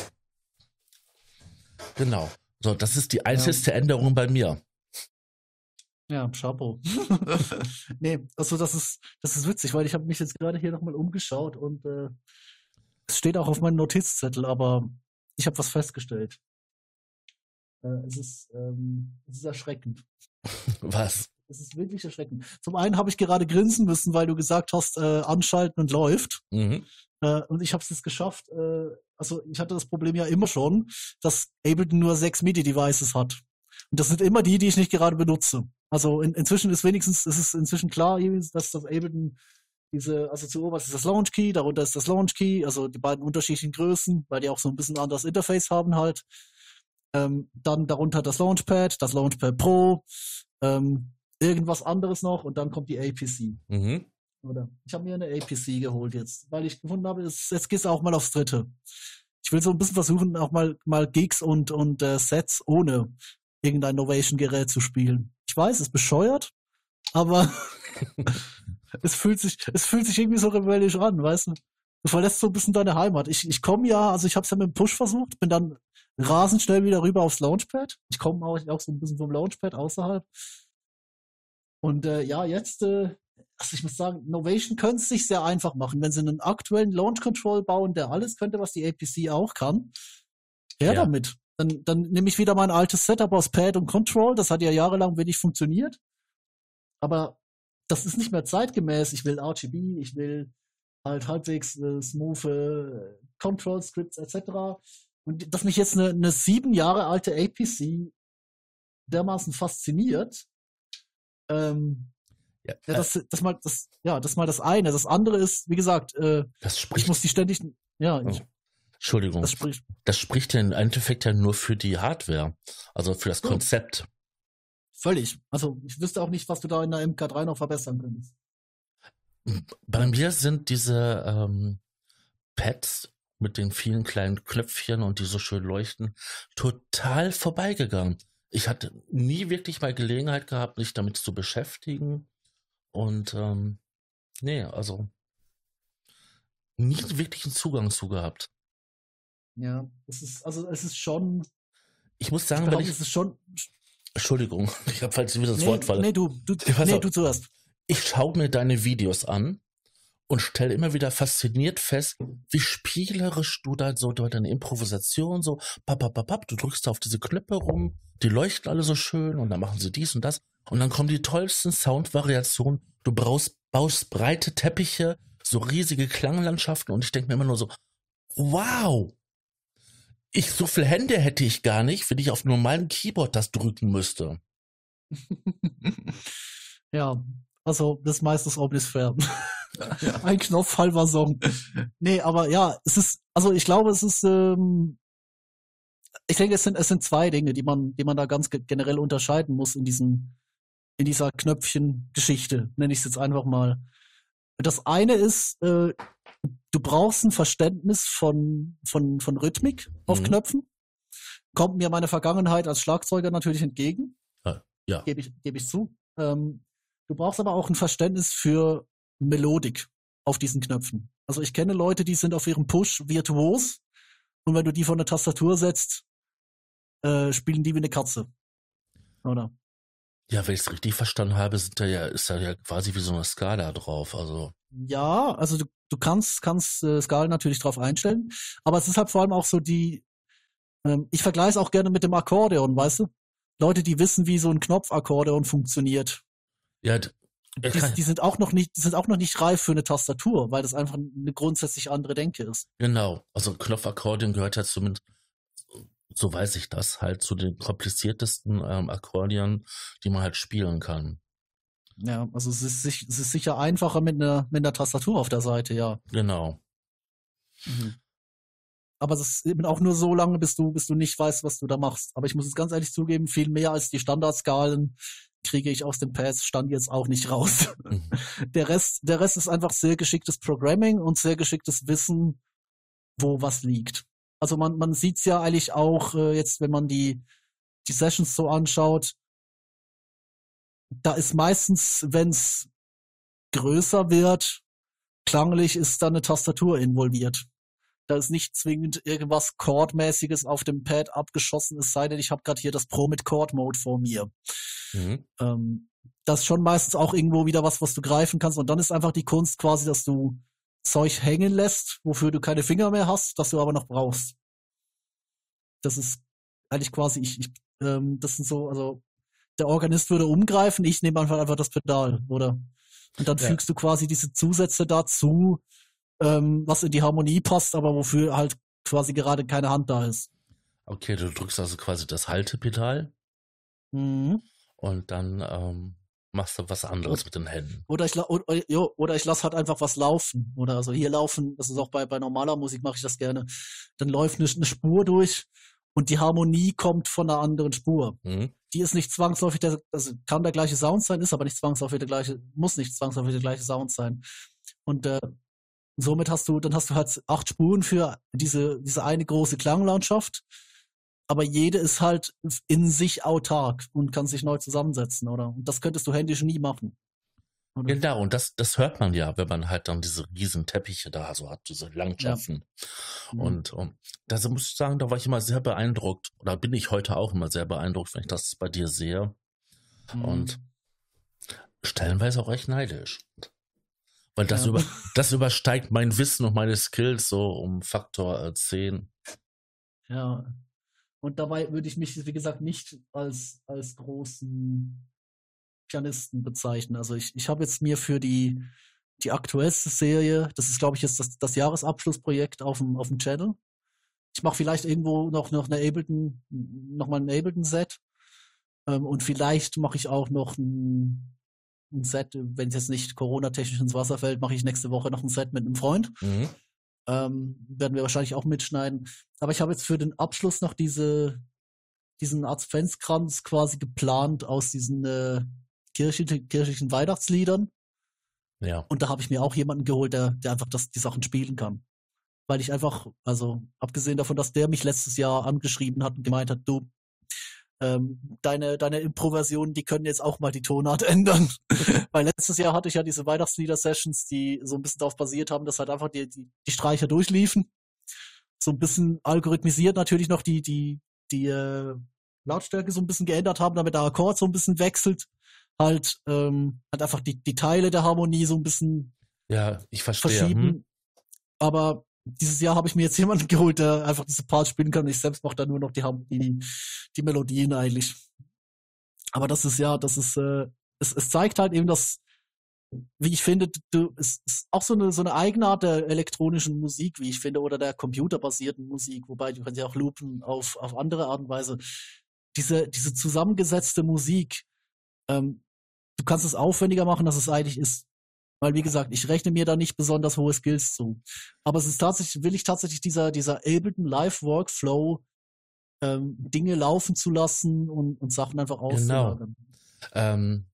Genau. So, das ist die einzigste Änderung bei mir. Ja, Chapeau. Nee, also das ist, das ist witzig, weil ich habe mich jetzt gerade hier nochmal umgeschaut und äh, es steht auch auf meinem Notizzettel, aber ich habe was festgestellt. Äh, es ist, ähm, es ist erschreckend. Was? Es ist wirklich erschreckend. Zum einen habe ich gerade grinsen müssen, weil du gesagt hast, äh, anschalten und läuft. Mhm. Äh, und ich habe es jetzt geschafft. Äh, also ich hatte das Problem ja immer schon, dass Ableton nur sechs MIDI-Devices hat. Und das sind immer die, die ich nicht gerade benutze. Also in, inzwischen ist wenigstens, es ist inzwischen klar, dass das Ableton diese, also zu oberst ist das Launch Key, darunter ist das Launch Key, also die beiden unterschiedlichen Größen, weil die auch so ein bisschen anderes Interface haben halt. Ähm, dann darunter das Launchpad, das Launchpad Pro, ähm, irgendwas anderes noch und dann kommt die A P C. Mhm. Oder? Ich habe mir eine A P C geholt jetzt, weil ich gefunden habe, jetzt, jetzt gehst du auch mal aufs Dritte. ich will so ein bisschen versuchen, auch mal, mal Gigs und, und äh, Sets ohne irgendein Novation-Gerät zu spielen. Ich weiß, es ist bescheuert, aber es fühlt sich, es fühlt sich irgendwie so rebellisch an, weißt du? Du verlässt so ein bisschen deine Heimat. Ich, ich komme ja, also ich habe es ja mit dem Push versucht, bin dann rasend schnell wieder rüber aufs Launchpad. Ich komme auch, auch so ein bisschen vom Launchpad außerhalb. Und äh, ja, jetzt, äh, also ich muss sagen, Novation könnte es sich sehr einfach machen. Wenn sie einen aktuellen Launch Control bauen, der alles könnte, was die A P C auch kann, her Ja. damit. Dann, dann nehme ich wieder mein altes Setup aus Pad und Control. Das hat ja jahrelang wenig funktioniert. Aber das ist nicht mehr zeitgemäß. Ich will R G B, ich will halt halbwegs äh, smooth äh, Control Scripts et cetera. Und dass mich jetzt eine, eine sieben Jahre alte A P C dermaßen fasziniert, ähm, Ja, ja, das, das mal das, ja, das mal das eine. Das andere ist, wie gesagt, äh, das ich spricht, muss die ständig, ja, oh, ich, Entschuldigung, das spricht, das spricht ja im Endeffekt ja nur für die Hardware, also für das Ja. Konzept. völlig. Also ich wüsste auch nicht, was du da in der M K drei noch verbessern könntest. Bei mir sind diese ähm, Pads mit den vielen kleinen Knöpfchen und die so schön leuchten total vorbeigegangen. Ich hatte nie wirklich mal Gelegenheit gehabt, mich damit zu beschäftigen und ähm, nee, also nie wirklich einen Zugang zu gehabt. Ja, es ist, also es ist schon, Ich muss ich sagen, wenn behaupte, ich, es ist schon, Entschuldigung, ich habe falls wieder das nee, Wort falle. nee, du, du, Pass nee, auf. du zuerst. Ich schaue mir deine Videos an und stelle immer wieder fasziniert fest, wie spielerisch du da so deine Improvisation so, papp, papp, papp, papp, du drückst da auf diese Knöpfe rum, die leuchten alle so schön und dann machen sie dies und das und dann kommen die tollsten Soundvariationen. Du baust, baust breite Teppiche, so riesige Klanglandschaften und ich denke mir immer nur so, wow, ich so viel Hände hätte ich gar nicht, wenn ich auf normalen Keyboard das drücken müsste. Ja, also das meiste ist Omnisphere. Ein Knopf, halber Song. Nee, aber ja, es ist, also ich glaube, es ist, ähm, ich denke, es sind, es sind zwei Dinge, die man, die man da ganz ge- generell unterscheiden muss in diesem, in dieser Knöpfchen-Geschichte, nenne ich es jetzt einfach mal. Das eine ist, äh, du brauchst ein Verständnis von, von, von Rhythmik auf Mhm. Knöpfen. Kommt mir meine Vergangenheit als Schlagzeuger natürlich entgegen. Ja, ja. Gebe ich, gebe ich zu. Ähm, du brauchst aber auch ein Verständnis für Melodik auf diesen Knöpfen. Also ich kenne Leute, die sind auf ihrem Push virtuos und wenn du die vor eine Tastatur setzt, äh, spielen die wie eine Katze. Oder? Ja, wenn ich es richtig verstanden habe, sind da ja, ist da ja quasi wie so eine Skala drauf. Also, Ja, also du, du kannst, kannst äh, Skalen natürlich drauf einstellen, aber es ist halt vor allem auch so die, ähm, ich vergleiche es auch gerne mit dem Akkordeon, weißt du? Leute, die wissen, wie so ein Knopfakkordeon funktioniert. ja, d- ja, Die, kann- die sind auch noch nicht, die sind auch noch nicht reif für eine Tastatur, weil das einfach eine grundsätzlich andere Denke ist. genau. Also Knopfakkordeon gehört ja zumindest, so weiß ich das, halt zu den kompliziertesten ähm, Akkordeon, die man halt spielen kann. Ja, also es ist, sich- es ist sicher einfacher mit einer, mit einer Tastatur auf der Seite, ja. Genau. Aber es ist eben auch nur so lange, bis du, bis du nicht weißt, was du da machst. Aber ich muss es ganz ehrlich zugeben, viel mehr als die Standardskalen kriege ich aus dem Pads Stand jetzt auch nicht raus. Mhm. Der Rest, der Rest ist einfach sehr geschicktes Programming und sehr geschicktes Wissen, wo was liegt. Also man, man sieht's ja eigentlich auch äh, jetzt, wenn man die, die Sessions so anschaut, da ist meistens, wenn's größer wird, klanglich ist da eine Tastatur involviert. Da ist nicht zwingend irgendwas Chordmäßiges auf dem Pad abgeschossen, es sei denn, ich habe gerade hier das Pro mit Chord Mode vor mir. Mhm. Ähm, das ist schon meistens auch irgendwo wieder was, was du greifen kannst. Und dann ist einfach die Kunst quasi, dass du Zeug hängen lässt, wofür du keine Finger mehr hast, das du aber noch brauchst. Das ist eigentlich quasi, ich, ich ähm, das sind so, also der Organist würde umgreifen, ich nehme einfach einfach das Pedal, oder? Und dann Ja. fügst du quasi diese Zusätze dazu, ähm, was in die Harmonie passt, aber wofür halt quasi gerade keine Hand da ist. Okay, du drückst also quasi das Haltepedal Mhm. und dann ähm, machst du was anderes mit den Händen. Oder ich, la- oder, jo, oder ich lasse halt einfach was laufen. Oder also hier laufen, das ist auch bei, bei normaler Musik mache ich das gerne. Dann läuft eine, eine Spur durch und die Harmonie kommt von einer anderen Spur. Mhm. Die ist nicht zwangsläufig, der, also kann der gleiche Sound sein, ist aber nicht zwangsläufig der gleiche, muss nicht zwangsläufig der gleiche Sound sein. Und äh, Somit hast du, dann hast du halt acht Spuren für diese, diese eine große Klanglandschaft. Aber jede ist halt in sich autark und kann sich neu zusammensetzen, oder? Und das könntest du händisch nie machen. Oder? Genau, und das, das hört man ja, wenn man halt dann diese riesen Teppiche da so hat, diese Landschaften. Ja. Und um, da muss ich sagen, da war ich immer sehr beeindruckt, oder bin ich heute auch immer sehr beeindruckt, wenn ich das bei dir sehe. Mhm. Und stellenweise auch recht neidisch. Weil das, ja. über, das übersteigt mein Wissen und meine Skills so um Faktor zehn. Ja. Und dabei würde ich mich, wie gesagt, nicht als, als großen Pianisten bezeichnen. Also ich, ich habe jetzt mir für die, die aktuellste Serie, das ist, glaube ich, jetzt das, das Jahresabschlussprojekt auf dem, auf dem Channel. Ich mache vielleicht irgendwo noch, noch eine Ableton, noch mal ein Ableton-Set. Ähm, und vielleicht mache ich auch noch ein, ein Set, wenn es jetzt nicht Corona-technisch ins Wasser fällt, mache ich nächste Woche noch ein Set mit einem Freund. Mhm. Ähm, werden wir wahrscheinlich auch mitschneiden. Aber ich habe jetzt für den Abschluss noch diese, diesen Adventskranz quasi geplant aus diesen äh, kirchlichen, kirchlichen Weihnachtsliedern. Ja. Und da habe ich mir auch jemanden geholt, der, der einfach das, die Sachen spielen kann. Weil ich einfach, also abgesehen davon, dass der mich letztes Jahr angeschrieben hat und gemeint hat, du, ähm, deine, deine Improvisionen, die können jetzt auch mal die Tonart ändern. Weil letztes Jahr hatte ich ja diese Weihnachtslieder-Sessions, die so ein bisschen darauf basiert haben, dass halt einfach die, die, die Streicher durchliefen. So ein bisschen algorithmisiert natürlich noch die, die, die äh, Lautstärke so ein bisschen geändert haben, damit der Akkord so ein bisschen wechselt. Halt, ähm, halt einfach die, die Teile der Harmonie so ein bisschen ja, ich verstehe. verschieben. Hm. Aber dieses Jahr habe ich mir jetzt jemanden geholt, der einfach diese Parts spielen kann. Ich selbst mache da nur noch die, die, die Melodien eigentlich. Aber das ist ja, das ist, äh, es, es zeigt halt eben, dass, wie ich finde, du, es ist auch so eine, so eine Eigenart der elektronischen Musik, wie ich finde, oder der computerbasierten Musik, wobei du kannst ja auch loopen auf, auf andere Art und Weise. Diese, diese zusammengesetzte Musik, ähm, du kannst es aufwendiger machen, als es eigentlich ist. Weil, wie gesagt, ich rechne mir da nicht besonders hohe Skills zu. Aber es ist tatsächlich, will ich tatsächlich dieser, dieser Ableton Live Workflow, ähm, Dinge laufen zu lassen und, und Sachen einfach auszulagern. Genau. Ähm,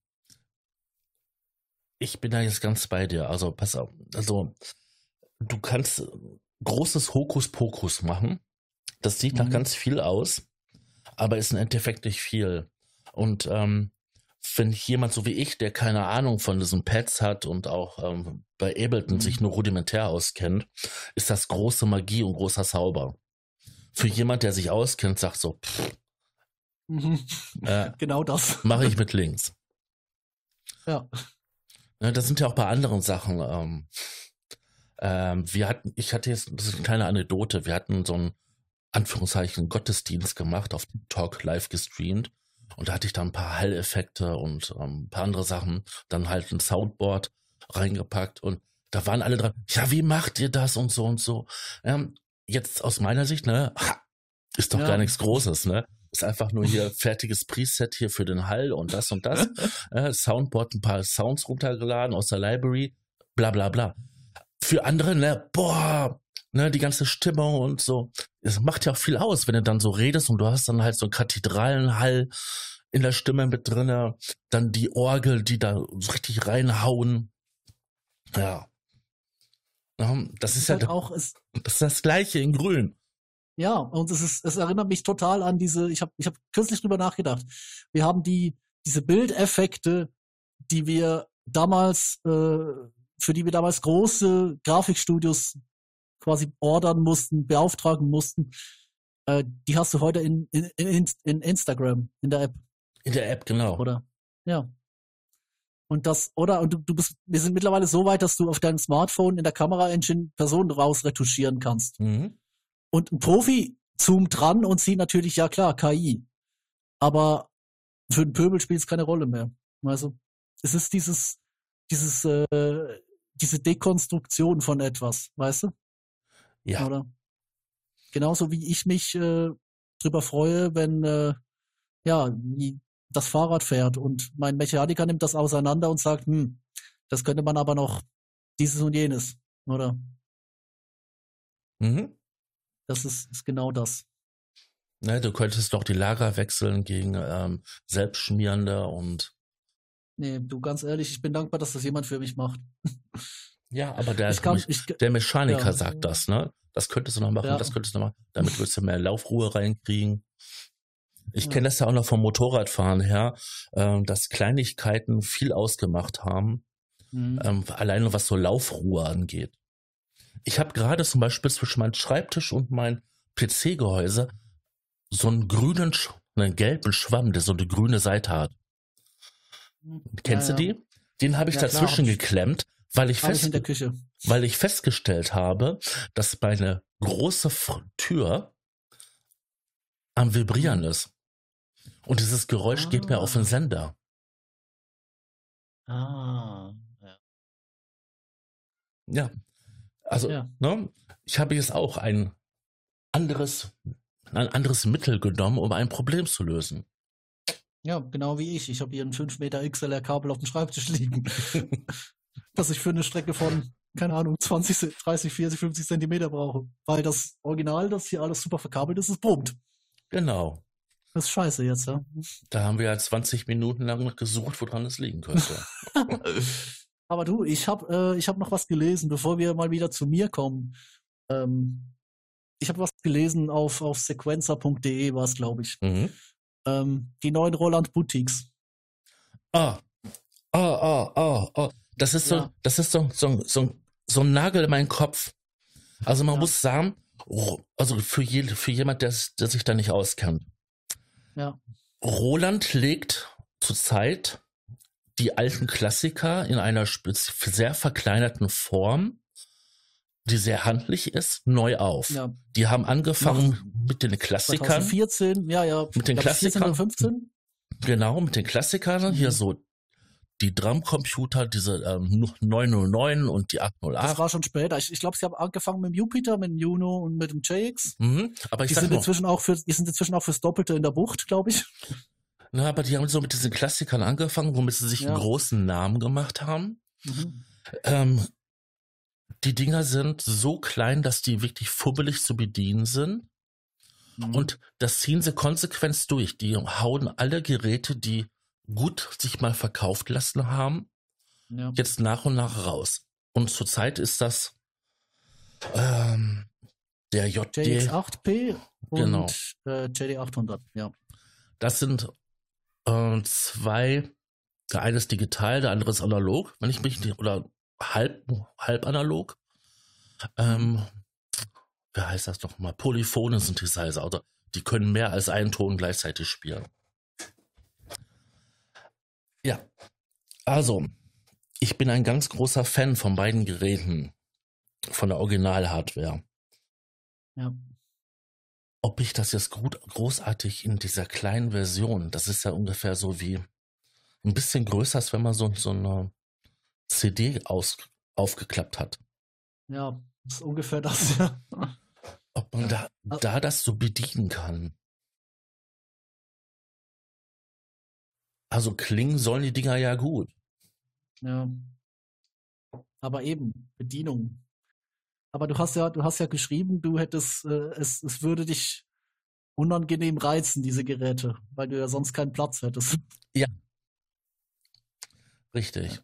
ich bin da jetzt ganz bei dir. Also, pass auf. Also, du kannst großes Hokuspokus machen. Das sieht mhm. nach ganz viel aus, aber ist im Endeffekt nicht viel. Und, ähm, wenn jemand so wie ich, der keine Ahnung von diesen Pads hat und auch ähm, bei Ableton mhm. sich nur rudimentär auskennt, ist das große Magie und großer Zauber. Für jemand, der sich auskennt, sagt so, pff, mhm. äh, genau das. Mache ich mit links. Ja. ja. Das sind ja auch bei anderen Sachen. Ähm, ähm, wir hatten, ich hatte jetzt, das ist eine kleine Anekdote, wir hatten so einen, Anführungszeichen, Gottesdienst gemacht, auf TikTok live gestreamt. Und da hatte ich dann ein paar Hall-Effekte und ähm, ein paar andere Sachen, dann halt ein Soundboard reingepackt und da waren alle dran, ja, wie macht ihr das und so und so. Ähm, jetzt aus meiner Sicht, ne, ist doch ja. gar nichts Großes, ne. Ist einfach nur hier fertiges Preset hier für den Hall und das und das. äh, Soundboard, ein paar Sounds runtergeladen aus der Library, bla bla bla. Für andere, ne, boah, ne, die ganze Stimmung und so. Es macht ja auch viel aus, wenn du dann so redest und du hast dann halt so einen Kathedralenhall in der Stimme mit drinne, dann die Orgel, die da so richtig reinhauen. Ja. Das, das ist, ist halt auch, es, das ist das Gleiche in Grün. Ja, und es ist, es erinnert mich total an diese, ich habe ich hab kürzlich drüber nachgedacht. Wir haben die, diese Bildeffekte, die wir damals, äh, für die wir damals große Grafikstudios quasi ordern mussten, beauftragen mussten, äh, die hast du heute in, in, in, in Instagram, in der App. In der App, genau. Oder? Ja. Und das, oder, und du, du bist, wir sind mittlerweile so weit, dass du auf deinem Smartphone in der Kamera-Engine Personen rausretuschieren kannst. Mhm. Und ein Profi zoomt dran und sieht natürlich, ja klar, K I. Aber für den Pöbel spielt es keine Rolle mehr. Also, es ist dieses, dieses, äh, diese Dekonstruktion von etwas, weißt du? Ja. Oder? Genauso wie ich mich äh, drüber freue, wenn äh, ja wie das Fahrrad fährt und mein Mechaniker nimmt das auseinander und sagt, hm, das könnte man aber noch dieses und jenes, oder? Mhm. Das ist, ist genau das. Ne, du könntest doch die Lager wechseln gegen ähm, selbstschmierende und Nee, du, ganz ehrlich, ich bin dankbar, dass das jemand für mich macht. Ja, aber der, Ich kann, ich, der Mechaniker ja, sagt das, ne? Das könntest du noch machen, ja, das könntest du noch machen. Damit wirst du mehr Laufruhe reinkriegen. Ich ja. kenne das ja auch noch vom Motorradfahren her, äh, dass Kleinigkeiten viel ausgemacht haben, Mhm. ähm, alleine was so Laufruhe angeht. Ich habe gerade zum Beispiel zwischen meinem Schreibtisch und mein P C-Gehäuse so einen grünen, Sch- einen gelben Schwamm, der so eine grüne Seite hat. Kennst Ja, du ja. die? Den habe ich Ja, klar, dazwischen hab ich, geklemmt, weil ich, hab ich in fest, der Küche. weil ich festgestellt habe, dass meine große F- Tür am Vibrieren Mhm. ist. Und dieses Geräusch geht mir auf den Ah, Sender. ah, ja. Ja, also, Ja, ne, ich habe jetzt auch ein anderes, ein anderes Mittel genommen, um ein Problem zu lösen. ja, genau wie ich. Ich habe hier ein fünf Meter X L R-Kabel auf dem Schreibtisch liegen, das ich für eine Strecke von, keine Ahnung, zwanzig, dreißig, vierzig, fünfzig Zentimeter brauche. Weil das Original, das hier alles super verkabelt ist, es brummt. Genau. Das ist scheiße jetzt, ja. Da haben wir ja zwanzig Minuten lang gesucht, woran es liegen könnte. Aber du, ich habe äh, ich hab noch was gelesen, bevor wir mal wieder zu mir kommen. Ähm, ich habe was gelesen auf, auf sequencer punkt de war es, glaube ich. Mhm. Ähm, die neuen Roland Boutiques. Ah, ah, ah, ah, ah. Das ist so, Ja, das ist so, so, so, so ein Nagel in meinen Kopf. Also man ja, muss sagen, Ro- also für, je, für jemand, der, s- der sich da nicht auskennt. ja. Roland legt zurzeit die alten Klassiker in einer spez- sehr verkleinerten Form, die sehr handlich ist, neu auf. Ja. Die haben Nach angefangen mit den Klassikern, zweitausendvierzehn, ja, ja, mit den glaube ich vierzehn oder Klassikern, fünfzehn. genau, mit den Klassikern, hier Mhm. so die Drumcomputer, diese ähm, neunhundertneun und die Das achthundertacht. war schon später. Ich, ich glaube, sie haben angefangen mit dem Jupiter, mit dem Juno und mit dem J X. Mhm. Aber ich Die sag sind mal, inzwischen auch für, die sind inzwischen auch fürs Doppelte in der Bucht, glaube ich. na, aber die haben so mit diesen Klassikern angefangen, womit sie sich einen Ja. großen Namen gemacht haben. Mhm. Ähm, die Dinger sind so klein, dass die wirklich fummelig zu bedienen sind. Mhm. Und das ziehen sie konsequent durch. Die hauen alle Geräte, die gut sich mal verkauft lassen haben, Ja. jetzt nach und nach raus. Und zurzeit ist das ähm, der J J X D, acht P genau. und äh, J D achthundert, ja. Das sind äh, zwei, der eine ist digital, der andere ist analog, wenn ich mich nicht, oder halb, halb analog. Ähm, wie heißt das nochmal? Polyphone Synthesizer, also die können mehr als einen Ton gleichzeitig spielen. Ja, also, ich bin ein ganz großer Fan von beiden Geräten, von der Original-Hardware. Ja. Ob ich das jetzt gut, großartig in dieser kleinen Version, das ist ja ungefähr so wie ein bisschen größer, als wenn man so, so eine C D aus, aufgeklappt hat. Ja, das ist ungefähr das, ja. Ob man da, da das so bedienen kann. Also klingen sollen die Dinger ja gut. Ja. Aber eben, Bedienung. Aber du hast ja, du hast ja geschrieben, du hättest, äh, es, es würde dich unangenehm reizen, diese Geräte, weil du ja sonst keinen Platz hättest. Ja, richtig.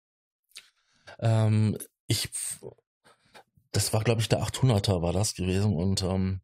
Ähm, ich, das war, glaube ich, der achthunderter war das gewesen und ähm,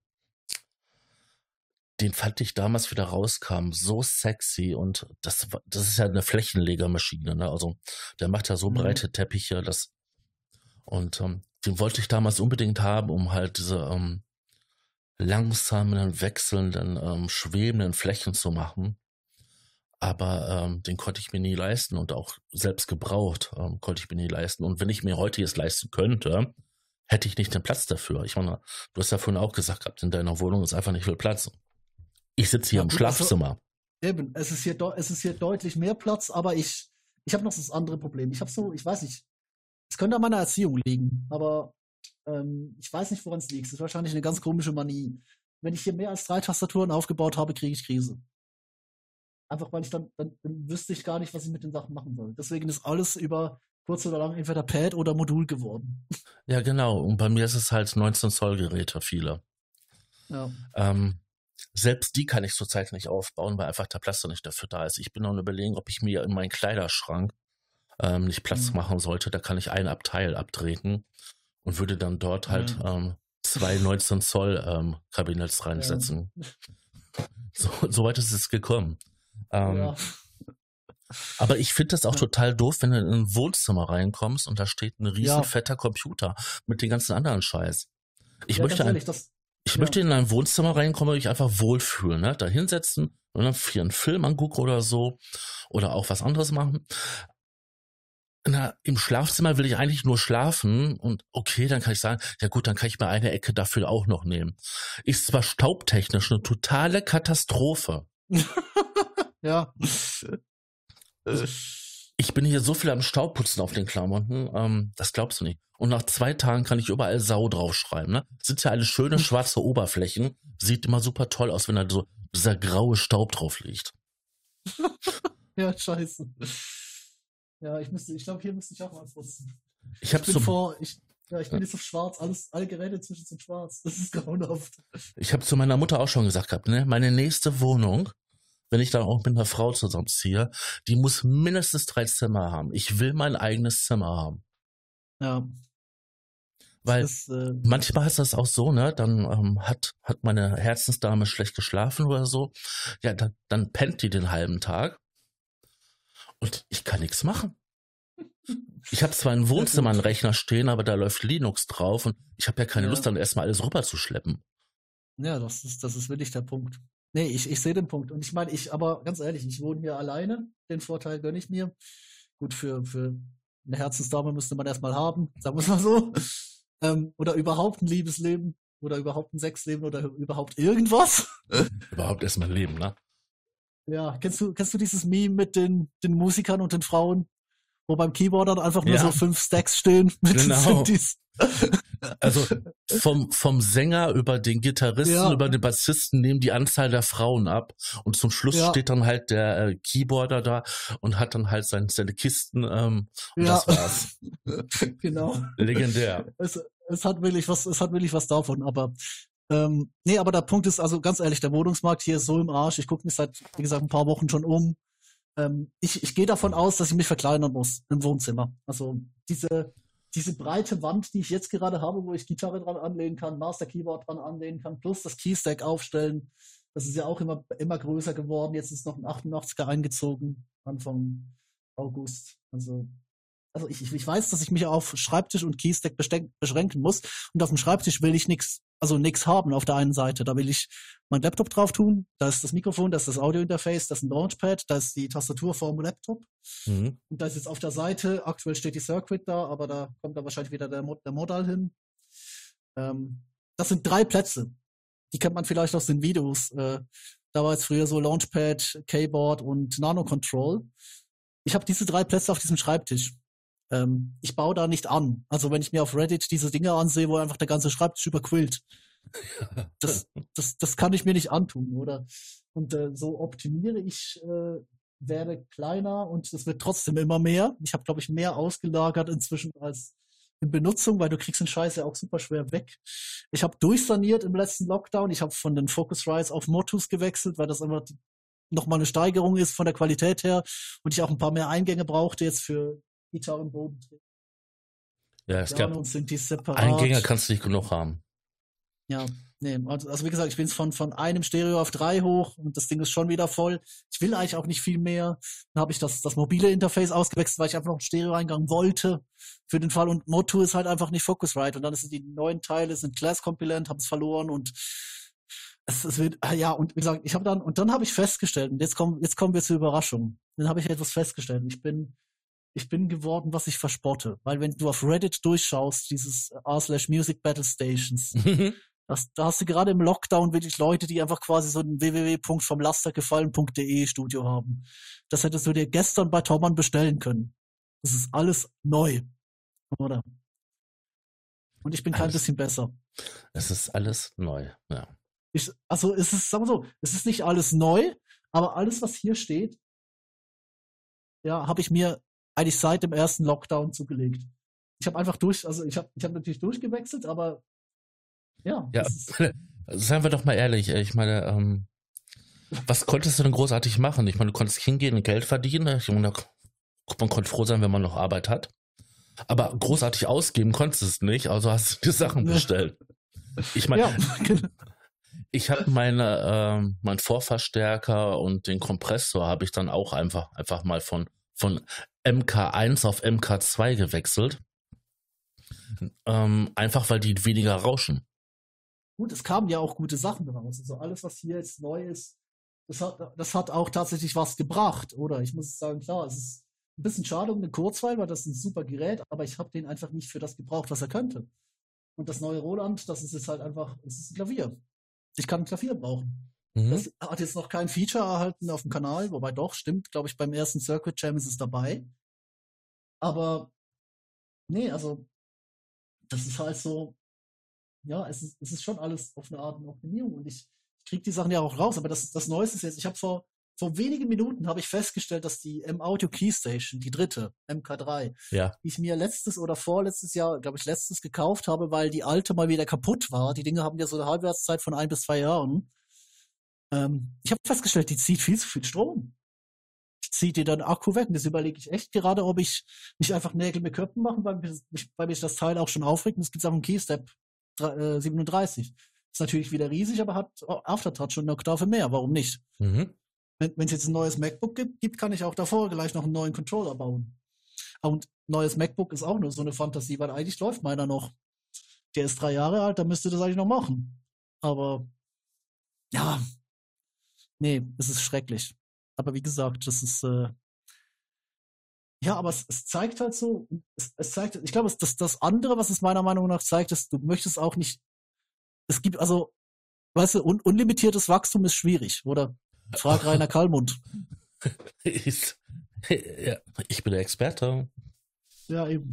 den fand ich damals wieder rauskam so sexy und das, war- das ist ja eine Flächenlegermaschine, ne? Also der macht ja so Mhm. breite Teppiche, das und ähm, den wollte ich damals unbedingt haben, um halt diese ähm, langsamen, wechselnden, ähm, schwebenden Flächen zu machen. Aber ähm, den konnte ich mir nie leisten und auch selbst gebraucht ähm, konnte ich mir nie leisten. Und wenn ich mir heute jetzt leisten könnte, hätte ich nicht den Platz dafür. Ich meine, du hast ja vorhin auch gesagt gehabt, in deiner Wohnung ist einfach nicht viel Platz. Ich sitze hier Ja, im gut, also Schlafzimmer. eben, es ist hier, deu- es ist hier deutlich mehr Platz, aber ich, ich habe noch das andere Problem. Ich habe so, ich weiß nicht, es könnte an meiner Erziehung liegen, aber ähm, ich weiß nicht, woran es liegt. Es ist wahrscheinlich eine ganz komische Manie. Wenn ich hier mehr als drei Tastaturen aufgebaut habe, kriege ich Krise. Einfach weil ich dann, dann, dann wüsste ich gar nicht, was ich mit den Sachen machen soll. Deswegen ist alles über kurz oder lang entweder Pad oder Modul geworden. Ja, genau. Und bei mir ist es halt neunzehn Zoll Geräte, viele. Ja. Ähm, selbst die kann ich zurzeit nicht aufbauen, weil einfach der Platz noch nicht dafür da ist. Ich bin noch am Überlegen, ob ich mir in meinen Kleiderschrank ähm, nicht Platz Mhm. machen sollte, da kann ich ein Abteil abtreten und würde dann dort halt Mhm. ähm, zwei neunzehn Zoll ähm, Kabinetts Ja. reinsetzen. So, so weit ist es gekommen. Ähm, Ja. Aber ich finde das auch Ja. total doof, wenn du in ein Wohnzimmer reinkommst und da steht ein riesen Ja. fetter Computer mit den ganzen anderen Scheiß. Ich Ja, möchte, ganz ein, ehrlich, das, ich ja. möchte in ein Wohnzimmer reinkommen, wo ich einfach wohlfühle, ne? Da hinsetzen und dann für einen Film angucken oder so oder auch was anderes machen. Na, im Schlafzimmer will ich eigentlich nur schlafen und okay, dann kann ich sagen, ja gut, dann kann ich mir eine Ecke dafür auch noch nehmen. Ist zwar staubtechnisch eine totale Katastrophe. Ja. Ich bin hier so viel am Staubputzen auf den Klamotten, ähm, das glaubst du nicht. Und nach zwei Tagen kann ich überall Sau draufschreiben, ne? Sind ja alle schöne schwarze Oberflächen, sieht immer super toll aus, wenn da so dieser graue Staub drauf liegt. Ja, scheiße. Ja, ich müsste, ich glaube, hier müsste ich auch mal putzen. Ich habe Ich bin zu, vor, ich, ja, ich bin jetzt auf schwarz, alles, alle Geräte zwischen sind schwarz. Das ist grauenhaft. ich habe zu meiner Mutter auch schon gesagt gehabt, ne? Meine nächste Wohnung, wenn ich dann auch mit einer Frau zusammenziehe, die muss mindestens drei Zimmer haben. Ich will mein eigenes Zimmer haben. Ja. Weil Das ist, äh, manchmal ist das auch so, ne? Dann ähm, hat, hat meine Herzensdame schlecht geschlafen oder so. Ja, dann, dann pennt die den halben Tag. Und ich kann nichts machen. Ich habe zwar im Wohnzimmer einen Rechner stehen, aber da läuft Linux drauf und ich habe ja keine Ja. Lust, dann erstmal alles rüberzuschleppen. ja, das ist, das ist wirklich der Punkt. Nee, ich, ich sehe den Punkt. Und ich meine, ich, aber ganz ehrlich, ich wohne hier alleine. Den Vorteil gönne ich mir. Gut, für, für eine Herzensdame müsste man erstmal haben, sagen wir es mal so. Ähm, oder überhaupt ein Liebesleben. Oder überhaupt ein Sexleben oder überhaupt irgendwas. Überhaupt erstmal leben, ne? Ja, kennst du, kennst du dieses Meme mit den, den Musikern und den Frauen, wo beim Keyboard dann einfach nur Ja. so fünf Stacks stehen mit Genau. Synthes? Also vom, vom Sänger über den Gitarristen, Ja. über den Bassisten nehmen die Anzahl der Frauen ab und zum Schluss Ja. steht dann halt der äh, Keyboarder da und hat dann halt sein, seine Kisten ähm, und Ja. das war's. Genau. Legendär. Es, es hat wirklich was, es hat wirklich was davon, aber ähm, nee, aber der Punkt ist, also ganz ehrlich, der Wohnungsmarkt hier ist so im Arsch. Ich gucke mich seit, wie gesagt, ein paar Wochen schon um. Ähm, ich ich gehe davon aus, dass ich mich verkleinern muss im Wohnzimmer. Also diese diese breite Wand, die ich jetzt gerade habe, wo ich Gitarre dran anlegen kann, Master Keyboard dran anlegen kann, plus das Keystack aufstellen, das ist ja auch immer immer größer geworden. Jetzt ist noch ein achtundachtziger eingezogen, Anfang August. Also Also ich, ich weiß, dass ich mich auf Schreibtisch und Keystack besteck, beschränken muss. Und auf dem Schreibtisch will ich nichts, also nichts haben auf der einen Seite. Da will ich meinen Laptop drauf tun. Da ist das Mikrofon, da ist das Audiointerface, da ist ein Launchpad, da ist die Tastatur vom Laptop. Mhm. Und da ist jetzt auf der Seite, aktuell steht die Circuit da, aber da kommt da wahrscheinlich wieder der, Mod, der Modal hin. Ähm, das sind drei Plätze. Die kennt man vielleicht aus den Videos. Äh, da war jetzt früher so Launchpad, Keyboard und Nano Control. Ich habe diese drei Plätze auf diesem Schreibtisch. Ähm, ich baue da nicht an. Also wenn ich mir auf Reddit diese Dinge ansehe, wo einfach der ganze Schreibtisch überquillt, das, das, das kann ich mir nicht antun, oder? Und äh, so optimiere ich, äh, werde kleiner und es wird trotzdem immer mehr. Ich habe, glaube ich, mehr ausgelagert inzwischen als in Benutzung, weil du kriegst den Scheiß ja auch super schwer weg. Ich habe durchsaniert im letzten Lockdown. Ich habe von den Focusrites auf Motus gewechselt, weil das einfach nochmal eine Steigerung ist von der Qualität her und ich auch ein paar mehr Eingänge brauchte jetzt für Gitarren, Boden, Ja, es Piano gab und sind die separat. Eingänge kannst du nicht genug haben. Ja, nee, also, also wie gesagt, ich bin jetzt von, von einem Stereo auf drei hoch und das Ding ist schon wieder voll. Ich will eigentlich auch nicht viel mehr. Dann habe ich das, das mobile Interface ausgewechselt, weil ich einfach noch einen Stereo-Eingang wollte für den Fall. Und Motu ist halt einfach nicht Focusrite. Und dann sind die neuen Teile, sind Class-Compilant, haben es verloren und es, es wird, ja, und wie gesagt, ich habe dann, und dann habe ich festgestellt, und jetzt kommen, jetzt kommen wir zur Überraschung. Dann habe ich etwas festgestellt. Ich bin, ich bin geworden, was ich verspotte. Weil wenn du auf Reddit durchschaust, dieses r slash music battle stations, Das, da hast du gerade im Lockdown wirklich Leute, die einfach quasi so ein w w w punkt vom Laster gefallen punkt d e Studio haben. Das hättest du dir gestern bei Thomann bestellen können. Das ist alles neu, oder? Und ich bin kein Alles. bisschen besser. Es ist alles neu, ja. Ich, also es ist, sagen wir so, es ist nicht alles neu, aber alles, was hier steht, ja, habe ich mir eigentlich seit dem ersten Lockdown zugelegt. Ich habe einfach durch, also ich habe ich hab natürlich durchgewechselt, aber ja, Ja, das ist, seien wir doch mal ehrlich, ich meine, ähm, was konntest du denn großartig machen? Ich meine, du konntest hingehen und Geld verdienen. Ich meine, man konnte froh sein, wenn man noch Arbeit hat. Aber großartig ausgeben konntest du es nicht, also hast du dir Sachen bestellt. Ich meine, ja. ich habe meine, äh, meinen Vorverstärker und den Kompressor habe ich dann auch einfach, einfach mal von, von M K eins auf M K zwei gewechselt. Ähm, einfach weil die weniger rauschen. Gut, es kamen ja auch gute Sachen raus. Also alles, was hier jetzt neu ist, das hat, das hat auch tatsächlich was gebracht, oder? Ich muss sagen, klar, es ist ein bisschen schade um den Kurzweil, weil das ist ein super Gerät, aber ich habe den einfach nicht für das gebraucht, was er könnte. Und das neue Roland, das ist jetzt halt einfach, es ist ein Klavier. Ich kann ein Klavier brauchen. Mhm. Das hat jetzt noch kein Feature erhalten auf dem Kanal, wobei doch, stimmt, glaube ich, beim ersten Circuit Jam ist es dabei. Aber, nee, also, das ist halt so, ja, es ist, es ist schon alles auf eine Art eine Optimierung und ich, ich kriege die Sachen ja auch raus, aber das, das Neueste ist jetzt, ich habe vor, vor wenigen Minuten habe ich festgestellt, dass die M-Audio Keystation, die dritte, M K drei, ja. die ich mir letztes oder vorletztes Jahr, glaube ich, letztes gekauft habe, weil die alte mal wieder kaputt war. Die Dinge haben ja so eine Halbwertszeit von ein bis zwei Jahren. Ähm, ich habe festgestellt, die zieht viel zu viel Strom. Die zieht dir dann Akku weg und das überlege ich echt gerade, ob ich nicht einfach Nägel mit Köpfen machen, weil mich, weil mich das Teil auch schon aufregt und es gibt auch einen Keystep siebenunddreißig. Ist natürlich wieder riesig, aber hat Aftertouch und eine Oktave mehr. Warum nicht? Mhm. Wenn es jetzt ein neues MacBook gibt, gibt, kann ich auch davor gleich noch einen neuen Controller bauen. Und neues MacBook ist auch nur so eine Fantasie, weil eigentlich läuft meiner noch. Der ist drei Jahre alt, da müsste das eigentlich noch machen. Aber ja, nee, es ist schrecklich. Aber wie gesagt, das ist äh, ja, aber es, es zeigt halt so, es, es zeigt, ich glaube, das, das andere, was es meiner Meinung nach zeigt, ist, du möchtest auch nicht, es gibt, also, weißt du, un, unlimitiertes Wachstum ist schwierig, oder? Frag Rainer Kallmund. Ich, ja, ich bin der Experte. Ja, eben.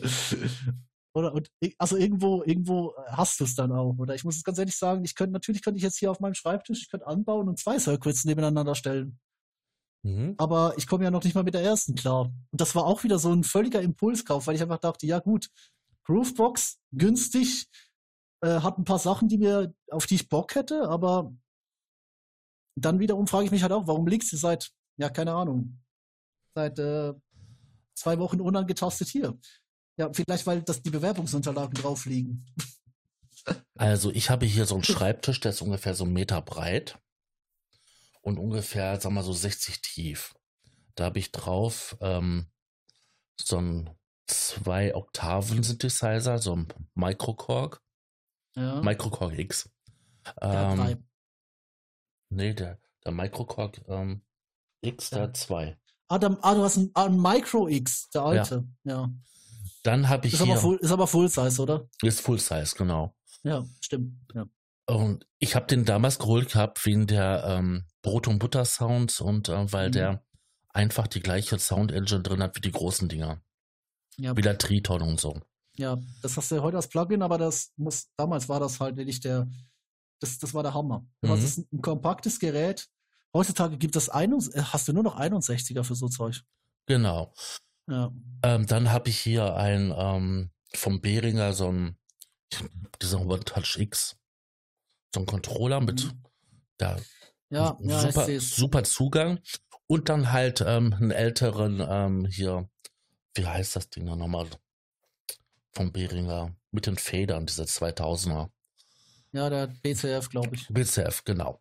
Oder, und, also irgendwo, irgendwo hast du es dann auch, oder? Ich muss es ganz ehrlich sagen, ich könnte, natürlich könnte ich jetzt hier auf meinem Schreibtisch, ich könnte anbauen und zwei Circuits nebeneinander stellen. Mhm. Aber ich komme ja noch nicht mal mit der ersten klar. Und das war auch wieder so ein völliger Impulskauf, weil ich einfach dachte, ja gut, Groovebox, günstig, äh, hat ein paar Sachen, die mir, auf die ich Bock hätte, aber dann wiederum frage ich mich halt auch, warum liegt sie seit, ja, keine Ahnung, seit äh, zwei Wochen unangetastet hier. Ja, vielleicht, weil das die Bewerbungsunterlagen drauf liegen. Also ich habe hier so einen Schreibtisch, der ist ungefähr so einen Meter breit. Und ungefähr, sagen wir so sechzig tief. Da habe ich drauf ähm, so ein zwei Oktaven Synthesizer, so ein Microkorg. Ja. Microkorg X. Ähm, ja, nee, der, der Microkorg ähm, X, ja. Der zwei. Ah, der, ah, du hast einen, einen Micro X, der alte. Ja. ja. Dann habe ich ist hier... Aber full, ist aber Full Size, oder? Ist Full Size, genau. Ja, stimmt. Ja. Und ich habe den damals geholt gehabt wegen der ähm, Brot- und Butter-Sounds und äh, weil mhm. der einfach die gleiche Sound-Engine drin hat wie die großen Dinger. Ja. Wie der Triton und so. Ja, das hast du heute als Plugin, aber das muss, damals war das halt wirklich der, das, das war der Hammer. Mhm. Das ist ein, ein kompaktes Gerät. Heutzutage gibt es ein, hast du nur noch einundsechziger für so Zeug. Genau. Ja. Ähm, dann habe ich hier ein ähm, vom Behringer so ein dieser One Touch X. So ein Controller mit mhm. da ja, super, ja, super Zugang und dann halt ähm, einen älteren ähm, hier, wie heißt das Ding nochmal vom Behringer mit den Federn, dieser zweitausender. Ja, der B C F, glaube ich. B C F, genau.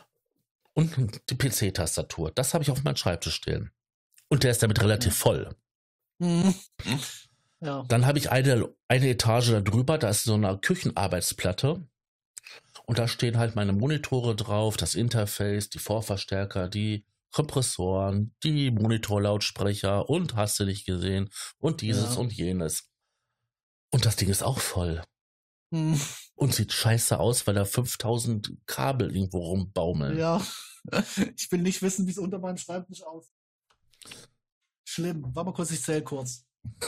Und die P C-Tastatur, das habe ich auf meinem Schreibtisch stehen. Und der ist damit relativ ja. voll. Mhm. Ja. Dann habe ich eine, eine Etage da drüber, da ist so eine Küchenarbeitsplatte. Und da stehen halt meine Monitore drauf, das Interface, die Vorverstärker, die Kompressoren, die Monitorlautsprecher und hast du nicht gesehen und dieses ja. und jenes. Und das Ding ist auch voll. Hm. Und sieht scheiße aus, weil da fünftausend Kabel irgendwo rumbaumeln. Ja, ich will nicht wissen, wie es unter meinem Schreibtisch aussieht. Schlimm. Warte mal kurz, ich zähle kurz.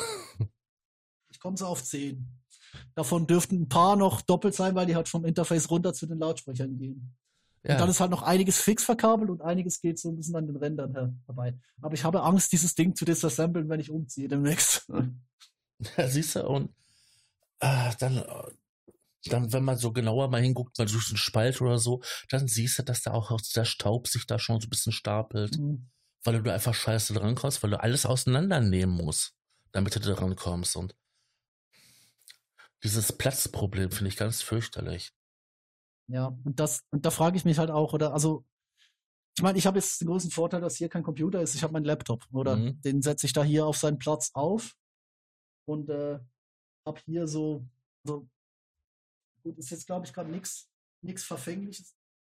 Ich komme so auf zehn. Davon dürften ein paar noch doppelt sein, weil die halt vom Interface runter zu den Lautsprechern gehen. Ja. Und dann ist halt noch einiges fix verkabelt und einiges geht so ein bisschen an den Rändern her vorbei. Aber ich habe Angst, dieses Ding zu disassemblen, wenn ich umziehe demnächst. Ja, siehst du, und äh, dann, dann, wenn man so genauer mal hinguckt, mal durch einen Spalt oder so, dann siehst du, dass da auch der Staub sich da schon so ein bisschen stapelt. Mhm. weil du da einfach scheiße drankommst, weil du alles auseinandernehmen musst, damit du da rankommst. Und dieses Platzproblem finde ich ganz fürchterlich. Ja, und das, und da frage ich mich halt auch, oder, also, ich meine, ich habe jetzt den großen Vorteil, dass hier kein Computer ist, ich habe meinen Laptop, oder? Mhm. Den setze ich da hier auf seinen Platz auf und äh, habe hier so, so, gut, ist jetzt, glaube ich, gerade nichts nichts Verfängliches.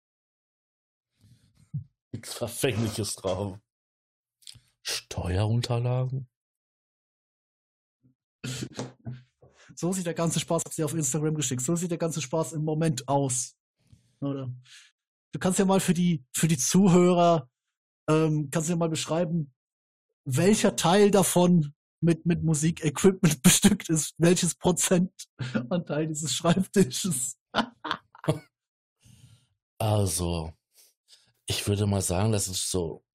Nichts Verfängliches drauf. Steuerunterlagen? So sieht der ganze Spaß, hab's dir auf Instagram geschickt, so sieht der ganze Spaß im Moment aus. Oder? Du kannst ja mal für die, für die Zuhörer, ähm, kannst du ja mal beschreiben, welcher Teil davon mit, mit Musikequipment bestückt ist, welches Prozentanteil dieses Schreibtisches. Also, ich würde mal sagen, das ist so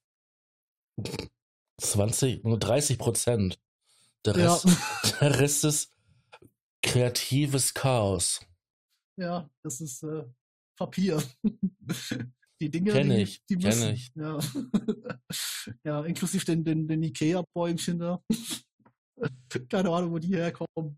zwanzig, nur dreißig Prozent. Der Rest, Ja. der Rest ist kreatives Chaos. Ja, das ist äh, Papier. Die Dinge, Kenn die, ich, die kenn müssen. ich. Ja. Ja, inklusive den, den, den Ikea-Bäumchen da. Keine Ahnung, wo die herkommen.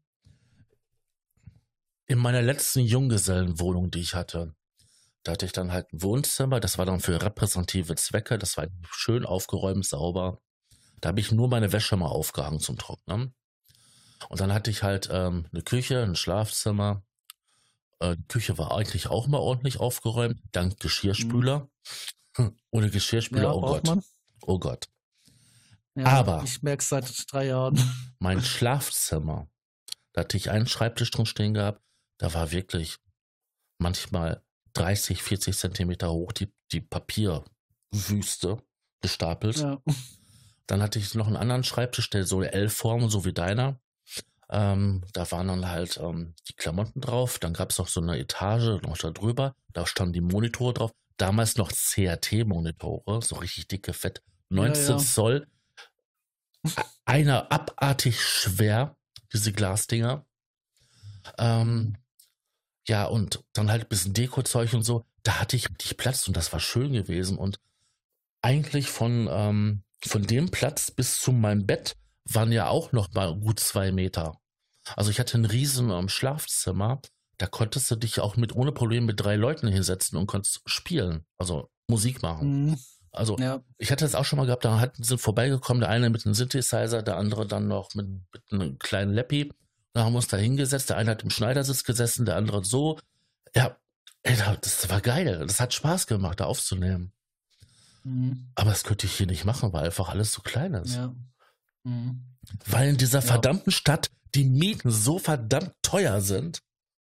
In meiner letzten Junggesellenwohnung, die ich hatte, da hatte ich dann halt ein Wohnzimmer, das war dann für repräsentative Zwecke, das war schön aufgeräumt, sauber. Da habe ich nur meine Wäsche mal aufgehangen zum Trocknen. Und dann hatte ich halt ähm, eine Küche, ein Schlafzimmer. Äh, die Küche war eigentlich auch mal ordentlich aufgeräumt, dank Geschirrspüler. Hm, ohne Geschirrspüler, Ja, oh braucht Gott. man. Oh Gott. Ja, Aber ich merke es seit drei Jahren. mein Schlafzimmer, da hatte ich einen Schreibtisch drin stehen gehabt, da war wirklich manchmal dreißig, vierzig Zentimeter hoch die, die Papierwüste gestapelt. Ja. Dann hatte ich noch einen anderen Schreibtisch, der so eine L-Form, so wie deiner. Ähm, da waren dann halt ähm, die Klamotten drauf. Dann gab es noch so eine Etage noch da drüber. Da standen die Monitore drauf. Damals noch C R T-Monitore, so richtig dicke, fett. neunzehn Ja, ja. Zoll. Einer abartig schwer, diese Glasdinger. Ähm, ja, und dann halt ein bisschen Dekozeug und so. Da hatte ich richtig Platz und das war schön gewesen. Und eigentlich von, ähm, von dem Platz bis zu meinem Bett waren ja auch noch mal gut zwei Meter. Also ich hatte ein riesen ähm, Schlafzimmer. Da konntest du dich auch mit ohne Probleme mit drei Leuten hinsetzen und konntest spielen, also Musik machen. Mhm. Also Ja. ich hatte das auch schon mal gehabt, da hat, sind vorbeigekommen, der eine mit einem Synthesizer, der andere dann noch mit, mit einem kleinen Lappy. Da haben wir uns da hingesetzt, der eine hat im Schneidersitz gesessen, der andere so. Ja, ey, das war geil, das hat Spaß gemacht, da aufzunehmen. Mhm. Aber das könnte ich hier nicht machen, weil einfach alles so klein ist. Ja. Mhm. Weil in dieser Ja. verdammten Stadt die Mieten so verdammt teuer sind.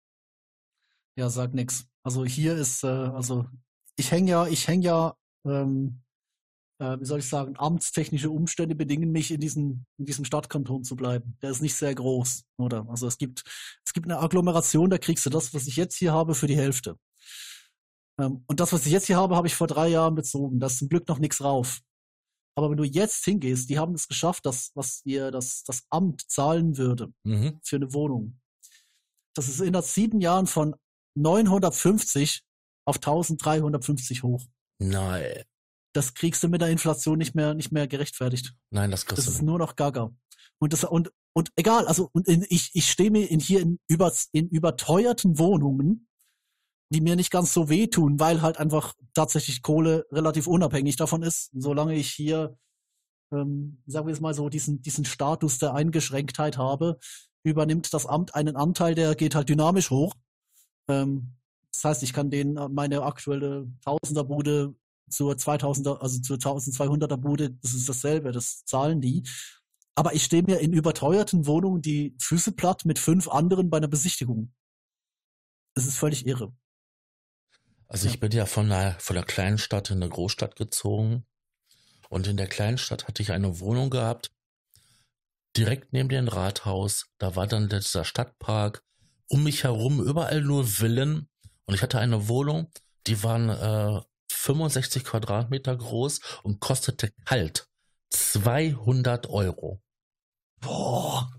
Ja, sag nix. Also hier ist, äh, also ich hänge ja, ich hänge ja, ähm, äh, wie soll ich sagen, amtstechnische Umstände bedingen mich, in diesem, in diesem Stadtkanton zu bleiben. Der ist nicht sehr groß, oder? Also es gibt, es gibt eine Agglomeration, da kriegst du das, was ich jetzt hier habe, für die Hälfte. Ähm, und das, was ich jetzt hier habe, habe ich vor drei Jahren bezogen. Da ist zum Glück noch nichts rauf. Aber wenn du jetzt hingehst, die haben es geschafft, dass, was dir das, das Amt zahlen würde Mhm. für eine Wohnung. Das ist in sieben Jahren von neunhundertfünfzig auf eintausenddreihundertfünfzig hoch. Nein, Das kriegst du mit der Inflation nicht mehr, nicht mehr gerechtfertigt. nein, das Das kriegst du ist nicht. nur noch Gaga. Und das, und, und egal, also, und in, ich, ich stehe mir in, hier in, über, in überteuerten Wohnungen, die mir nicht ganz so wehtun, weil halt einfach tatsächlich Kohle relativ unabhängig davon ist. Solange ich hier, ähm, sagen wir jetzt mal so, diesen, diesen Status der Eingeschränktheit habe, übernimmt das Amt einen Anteil, der geht halt dynamisch hoch. Ähm, das heißt, ich kann denen meine aktuelle Tausenderbude zur zweitausender, also zur eintausendzweihunderter Bude, das ist dasselbe, das zahlen die. Aber ich stehe mir in überteuerten Wohnungen die Füße platt mit fünf anderen bei einer Besichtigung. Das ist völlig irre. Also ich bin ja von einer, von einer kleinen Stadt in eine Großstadt gezogen. Und in der kleinen Stadt hatte ich eine Wohnung gehabt, direkt neben dem Rathaus. Da war dann dieser Stadtpark. Um mich herum überall nur Villen. Und ich hatte eine Wohnung, die waren äh, fünfundsechzig Quadratmeter groß und kostete kalt zweihundert Euro. Boah.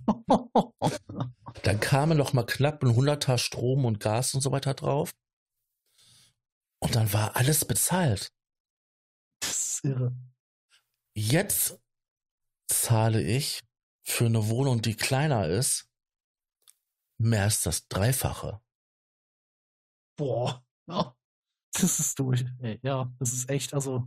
Dann kamen noch mal knapp ein Hunderter Strom und Gas und so weiter drauf. Und dann war alles bezahlt. Das ist irre. Jetzt zahle ich für eine Wohnung, die kleiner ist, mehr als das Dreifache. Boah, ja, das ist durch. Ey, ja, das ist echt, also.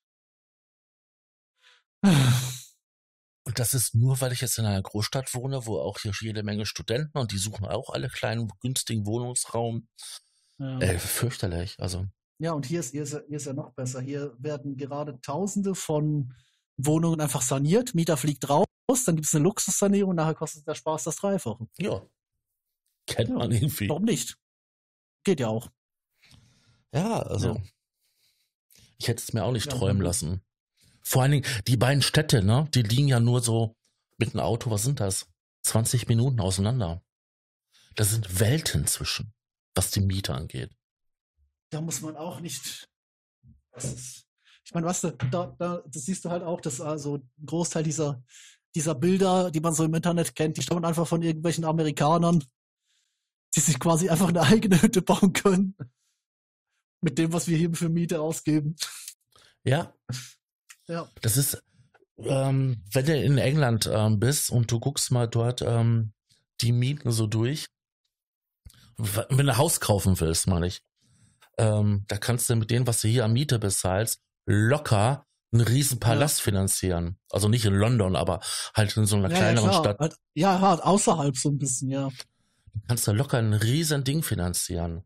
Und das ist nur, weil ich jetzt in einer Großstadt wohne, wo auch hier jede Menge Studenten und die suchen auch alle kleinen, günstigen Wohnungsraum. Ja. Äh, fürchterlich, also. Ja, und hier ist, hier, ist, hier ist ja noch besser. Hier werden gerade Tausende von Wohnungen einfach saniert. Mieter fliegt raus, dann gibt es eine Luxussanierung und nachher kostet der Spaß das Dreifache. Ja, kennt Ja, man irgendwie. warum nicht? Geht ja auch. Ja, also. Ja. Ich hätte es mir auch nicht Ja, träumen gut. lassen. Vor allen Dingen, die beiden Städte, ne, die liegen ja nur so mit dem Auto, was sind das? zwanzig Minuten auseinander. Da sind Welten zwischen, was die Miete angeht. Da muss man auch nicht. Das ist, ich meine, weißt du, da, da, das siehst du halt auch, dass also ein Großteil dieser, dieser Bilder, die man so im Internet kennt, die stammen einfach von irgendwelchen Amerikanern, die sich quasi einfach eine eigene Hütte bauen können. Mit dem, was wir hier für Miete ausgeben. Ja, Ja. das ist, ähm, wenn du in England ähm, bist und du guckst mal dort ähm, die Mieten so durch, w- wenn du ein Haus kaufen willst, meine ich, ähm, da kannst du mit dem, was du hier an Miete bezahlst, locker einen riesen Palast finanzieren. Also nicht in London, aber halt in so einer Ja, ja, kleineren klar. Stadt. Halt, ja, halt außerhalb so ein bisschen, ja. Kannst du locker ein riesen Ding finanzieren.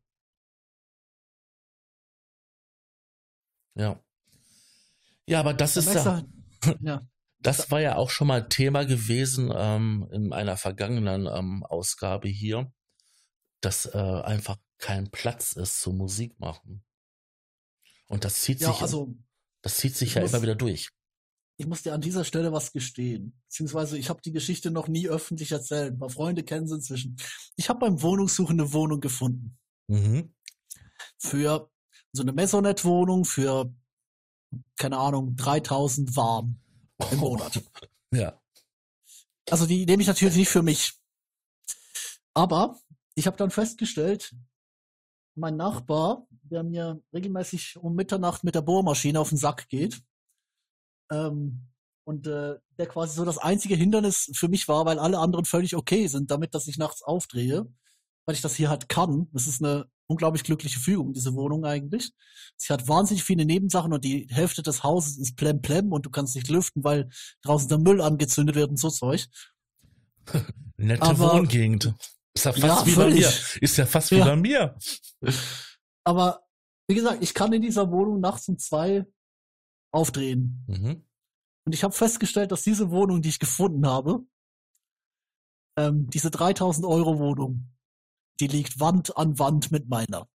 Ja. Ja, aber das Da ist merkst du ja, halt, ja. das war ja auch schon mal Thema gewesen ähm, in einer vergangenen ähm, Ausgabe hier, dass äh, einfach kein Platz ist zum Musik machen. Und das zieht Ja, sich, also das zieht sich ich ja muss, immer wieder durch. ich muss dir an dieser Stelle was gestehen. Beziehungsweise ich habe die Geschichte noch nie öffentlich erzählt. Ein paar Freunde kennen sie inzwischen. Ich habe beim Wohnungssuchen eine Wohnung gefunden. Mhm. Für so eine Maisonette-Wohnung für, keine Ahnung, dreitausend warm im Monat. Ja. Also die nehme ich natürlich nicht für mich. Aber ich habe dann festgestellt, mein Nachbar, der mir regelmäßig um Mitternacht mit der Bohrmaschine auf den Sack geht, ähm, und äh, der quasi so das einzige Hindernis für mich war, weil alle anderen völlig okay sind, damit, dass ich nachts aufdrehe, weil ich das hier halt kann. Das ist eine unglaublich glückliche Fügung, diese Wohnung eigentlich. Sie hat wahnsinnig viele Nebensachen und die Hälfte des Hauses ist plemplem und du kannst nicht lüften, weil draußen der Müll angezündet wird und so Zeug. Nette Aber- Wohngegend. Ist ja fast Ja, wie bei völlig. mir. Ist ja fast wie Ja. bei mir. Aber wie gesagt, ich kann in dieser Wohnung nachts um zwei aufdrehen. Mhm. Und ich habe festgestellt, dass diese Wohnung, die ich gefunden habe, ähm, diese dreitausend Euro Wohnung, die liegt Wand an Wand mit meiner.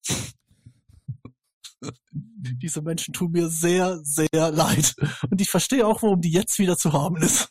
Diese Menschen tun mir sehr, sehr leid. Und ich verstehe auch, warum die jetzt wieder zu haben ist.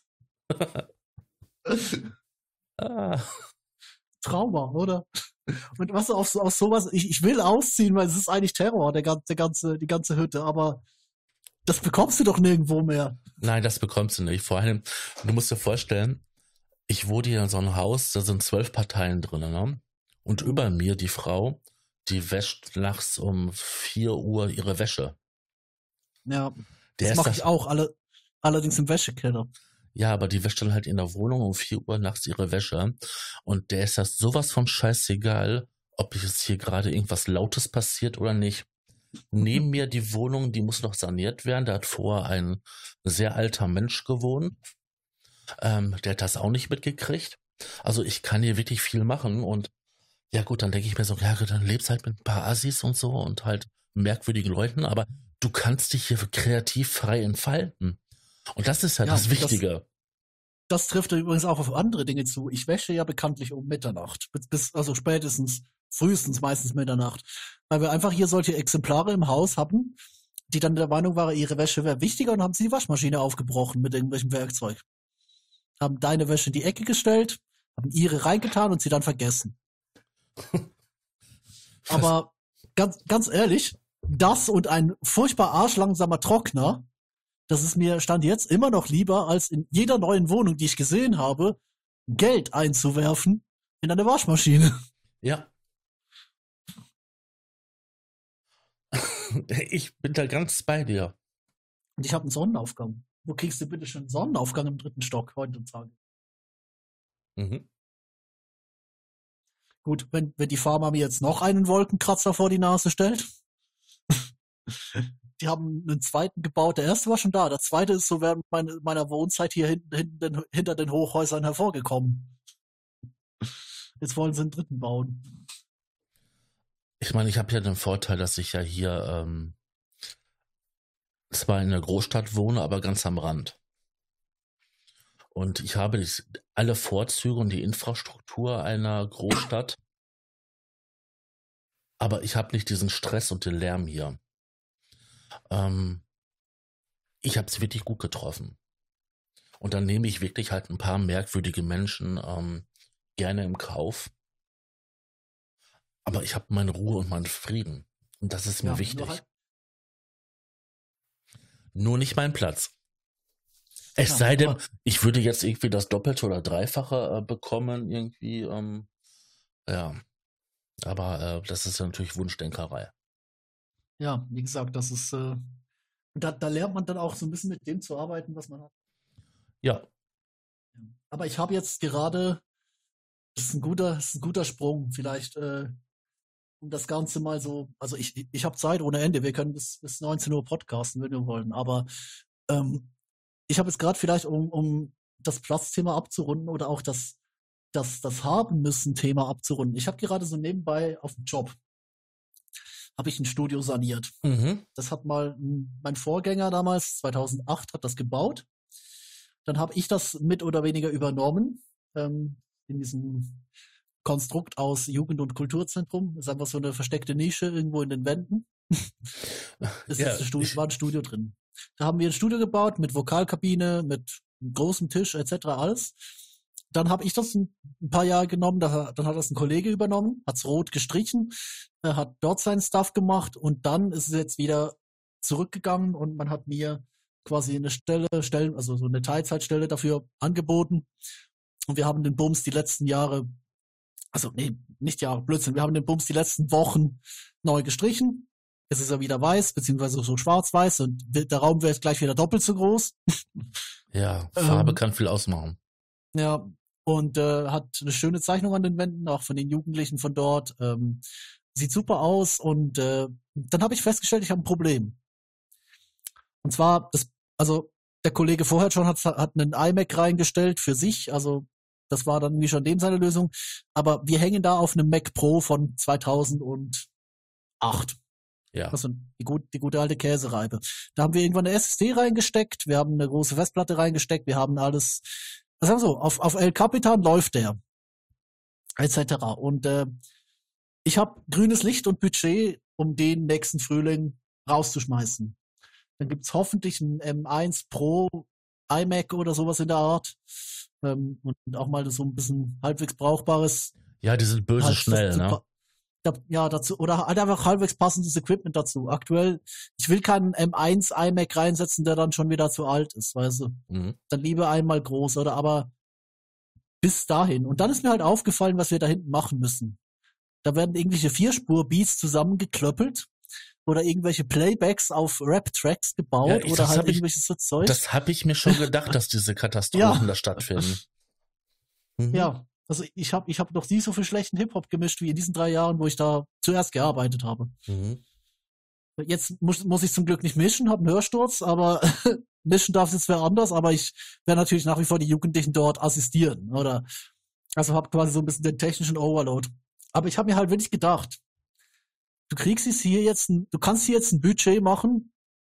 Ah. Trauma, oder? Und was auf, auf sowas, ich, ich will ausziehen, weil es ist eigentlich Terror, der ganze, der ganze, die ganze Hütte, aber das bekommst du doch nirgendwo mehr. Nein, das bekommst du nicht. Vor allem, du musst dir vorstellen, ich wohne hier in so einem Haus, da sind zwölf Parteien drin, ne? Und über mir die Frau, die wäscht nachts um vier Uhr ihre Wäsche. Ja, Der das ist mache das, ich auch, alle, allerdings im Wäschekeller. ja, aber die wäscht dann halt in der Wohnung um vier Uhr nachts ihre Wäsche. Und der ist das sowas von scheißegal, ob jetzt hier gerade irgendwas Lautes passiert oder nicht. Neben mir die Wohnung, die muss noch saniert werden. Da hat vorher ein sehr alter Mensch gewohnt. Ähm, der hat das auch nicht mitgekriegt. Also ich kann hier wirklich viel machen und ja gut, dann denke ich mir so, ja gut, dann lebst halt mit ein paar Assis und so und halt merkwürdigen Leuten, aber du kannst dich hier kreativ frei entfalten. Und das ist ja, Ja, das das- Wichtige. Das trifft übrigens auch auf andere Dinge zu. Ich wäsche ja bekanntlich um Mitternacht. Bis, bis, also spätestens, frühestens meistens Mitternacht. Weil wir einfach hier solche Exemplare im Haus hatten, die dann der Meinung waren, ihre Wäsche wäre wichtiger und haben sie die Waschmaschine aufgebrochen mit irgendwelchem Werkzeug. Haben deine Wäsche in die Ecke gestellt, haben ihre reingetan und sie dann vergessen. Aber ganz, ganz ehrlich, das und ein furchtbar arschlangsamer Trockner, das ist mir Stand jetzt immer noch lieber, als in jeder neuen Wohnung, die ich gesehen habe, Geld einzuwerfen in eine Waschmaschine. Ja. Ich bin da ganz bei dir. Und ich habe einen Sonnenaufgang. wo kriegst du bitte schon Sonnenaufgang im dritten Stock heutzutage? Mhm. Gut, wenn, wenn die Pharma mir jetzt noch einen Wolkenkratzer vor die Nase stellt. Die haben einen zweiten gebaut. Der erste war schon da. Der zweite ist so während meine, meiner Wohnzeit hier hinten, hinten den, hinter den Hochhäusern hervorgekommen. Jetzt wollen sie einen dritten bauen. Ich meine, ich habe ja den Vorteil, dass ich ja hier ähm, zwar in der Großstadt wohne, aber ganz am Rand. Und ich habe die, alle Vorzüge und die Infrastruktur einer Großstadt, aber ich habe nicht diesen Stress und den Lärm hier. Ähm, ich habe es wirklich gut getroffen. Und dann nehme ich wirklich halt ein paar merkwürdige Menschen ähm, gerne im Kauf. Aber ich habe meine Ruhe und meinen Frieden. Und das ist mir Ja, wichtig. nur halt- Nur nicht mein Platz. Es Ja, sei denn, aber- ich würde jetzt irgendwie das Doppelte oder Dreifache äh, bekommen, irgendwie. Ähm, ja, aber äh, das ist ja natürlich Wunschdenkerei. Ja, wie gesagt, das ist, äh, da, da lernt man dann auch so ein bisschen mit dem zu arbeiten, was man hat. Ja, Aber ich habe jetzt gerade, das ist ein guter, das ist ein guter Sprung, vielleicht, äh, um das Ganze mal so, also ich, ich habe Zeit ohne Ende, wir können bis, bis neunzehn Uhr podcasten, wenn wir wollen, aber ähm, ich habe jetzt gerade vielleicht, um, um das Platzthema abzurunden oder auch das, das, das Haben-Müssen-Thema abzurunden. Ich habe gerade so nebenbei auf dem Job, habe ich ein Studio saniert. mhm. Das hat mal m, mein Vorgänger damals, zweitausendacht, hat das gebaut. Dann habe ich das mit oder weniger übernommen, ähm, in diesem Konstrukt aus Jugend- und Kulturzentrum. Das ist einfach so eine versteckte Nische irgendwo in den Wänden. ist Ja, jetzt ein Studio, ich- war ein Studio drin. Da haben wir ein Studio gebaut mit Vokalkabine, mit einem großen Tisch et cetera alles. Dann habe ich das ein, ein paar Jahre genommen, da, dann hat das ein Kollege übernommen, hat's rot gestrichen, er hat dort seinen Stuff gemacht und dann ist es jetzt wieder zurückgegangen und man hat mir quasi eine Stelle, Stellen, also so eine Teilzeitstelle dafür angeboten. Und wir haben den Bums die letzten Jahre, also nee, nicht Jahre, Blödsinn, wir haben den Bums die letzten Wochen neu gestrichen. Jetzt ist er wieder weiß, beziehungsweise so schwarz-weiß und der Raum wäre jetzt gleich wieder doppelt so groß. ja, Farbe Ähm, kann viel ausmachen. Ja, und äh, hat eine schöne Zeichnung an den Wänden, auch von den Jugendlichen von dort. Ähm, sieht super aus und äh, dann habe ich festgestellt, ich habe ein Problem. Und zwar, das, also der Kollege vorher schon hat, hat einen iMac reingestellt für sich, also das war dann irgendwie schon dem seine Lösung. Aber wir hängen da auf einem Mac Pro von zweitausendacht. Ja, Also die, gut, die gute alte Käsereibe. Da haben wir irgendwann eine S S D reingesteckt, wir haben eine große Festplatte reingesteckt, wir haben alles, sagen wir so, auf, auf El Capitan läuft der, et cetera. Und äh, ich habe grünes Licht und Budget, um den nächsten Frühling rauszuschmeißen. Dann gibt's hoffentlich ein M eins Pro iMac oder sowas in der Art. Ähm, und auch mal so ein bisschen halbwegs brauchbares. ja, die sind böse halt, schnell, das, ne? da, ja, dazu, oder halt einfach halbwegs passendes Equipment dazu. Aktuell, ich will keinen M eins iMac reinsetzen, der dann schon wieder zu alt ist, weißt du. Mhm. Dann lieber einmal groß, oder aber bis dahin. Und dann ist mir halt aufgefallen, was wir da hinten machen müssen. Da werden irgendwelche Vierspur-Beats zusammengeklöppelt oder irgendwelche Playbacks auf Rap-Tracks gebaut Ja, ich- oder das halt hab ich- irgendwelches so Zeug. Das habe ich mir schon gedacht, dass diese Katastrophen Ja. da stattfinden. Mhm. Ja, also ich habe ich hab noch nie so viel schlechten Hip-Hop gemischt wie in diesen drei Jahren, wo ich da zuerst gearbeitet habe. Mhm. Jetzt muss, muss ich zum Glück nicht mischen, habe einen Hörsturz, aber mischen darf es jetzt wer anders, aber ich werde natürlich nach wie vor die Jugendlichen dort assistieren, oder? Also habe quasi so ein bisschen den technischen Overload. Aber ich habe mir halt wirklich gedacht, du kriegst es hier jetzt, ein, du kannst hier jetzt ein Budget machen,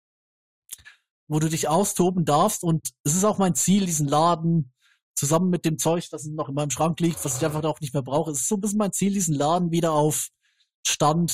wo du dich austoben darfst und es ist auch mein Ziel, diesen Laden zusammen mit dem Zeug, das noch in meinem Schrank liegt, was ich einfach auch nicht mehr brauche, es ist so ein bisschen mein Ziel, diesen Laden wieder auf Stand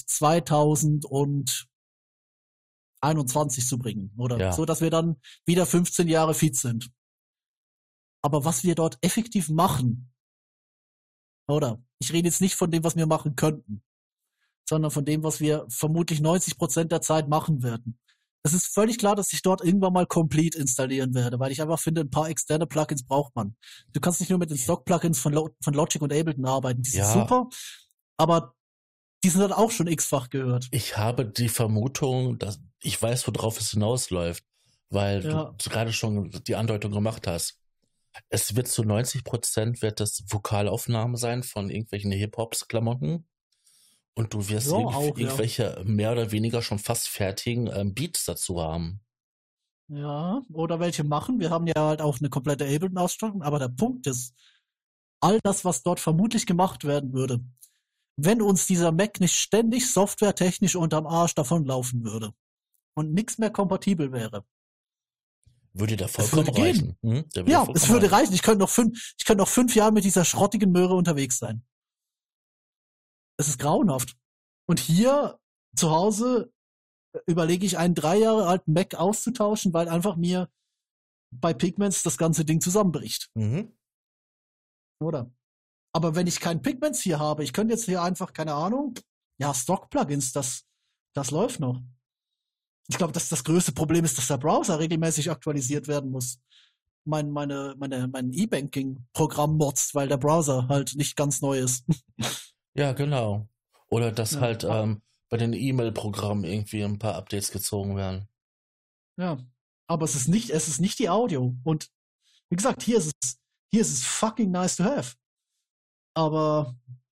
zweitausendeinundzwanzig zu bringen, oder? Ja. So, dass wir dann wieder fünfzehn Jahre fit sind. Aber was wir dort effektiv machen, oder? Ich rede jetzt nicht von dem, was wir machen könnten, sondern von dem, was wir vermutlich neunzig Prozent der Zeit machen werden. Es ist völlig klar, dass ich dort irgendwann mal Complete installieren werde, weil ich einfach finde, ein paar externe Plugins braucht man. Du kannst nicht nur mit den Stock-Plugins von, Lo- von Logic und Ableton arbeiten. Die sind Ja. super, aber die sind dann auch schon x-fach gehört. Ich habe die Vermutung, dass ich weiß, worauf es hinausläuft. weil Ja. du gerade schon die Andeutung gemacht hast. Es wird zu neunzig Prozent wird das Vokalaufnahmen sein von irgendwelchen Hip-Hops-Klamotten. Und du wirst Ja, irgendw- auch, ja. irgendwelche mehr oder weniger schon fast fertigen ähm, Beats dazu haben. Ja, oder welche machen. Wir haben ja halt auch eine komplette Ableton-Ausstattung, aber der Punkt ist, all das, was dort vermutlich gemacht werden würde, wenn uns dieser Mac nicht ständig softwaretechnisch unterm Arsch davonlaufen würde und nichts mehr kompatibel wäre. Würde da Es vollkommen würde gehen. reichen. Hm? Der würde Ja, vollkommen es würde reichen. Ich könnte noch fünf, ich könnte noch fünf Jahre mit dieser schrottigen Möhre unterwegs sein. Es ist grauenhaft. Und hier zu Hause überlege ich, einen drei Jahre alten Mac auszutauschen, weil einfach mir bei Pigments das ganze Ding zusammenbricht. Mhm. Oder? Aber wenn ich kein Pigments hier habe, ich könnte jetzt hier einfach, keine Ahnung, ja, Stock-Plugins, das, das läuft noch. Ich glaube, dass das größte Problem ist, dass der Browser regelmäßig aktualisiert werden muss. Mein, meine, meine, mein E-Banking-Programm motzt, weil der Browser halt nicht ganz neu ist. Ja, genau. Oder dass Ja. halt ähm, bei den E-Mail-Programmen irgendwie ein paar Updates gezogen werden. Ja. Aber es ist nicht, es ist nicht die Audio. Und wie gesagt, hier ist es, hier ist es fucking nice to have. Aber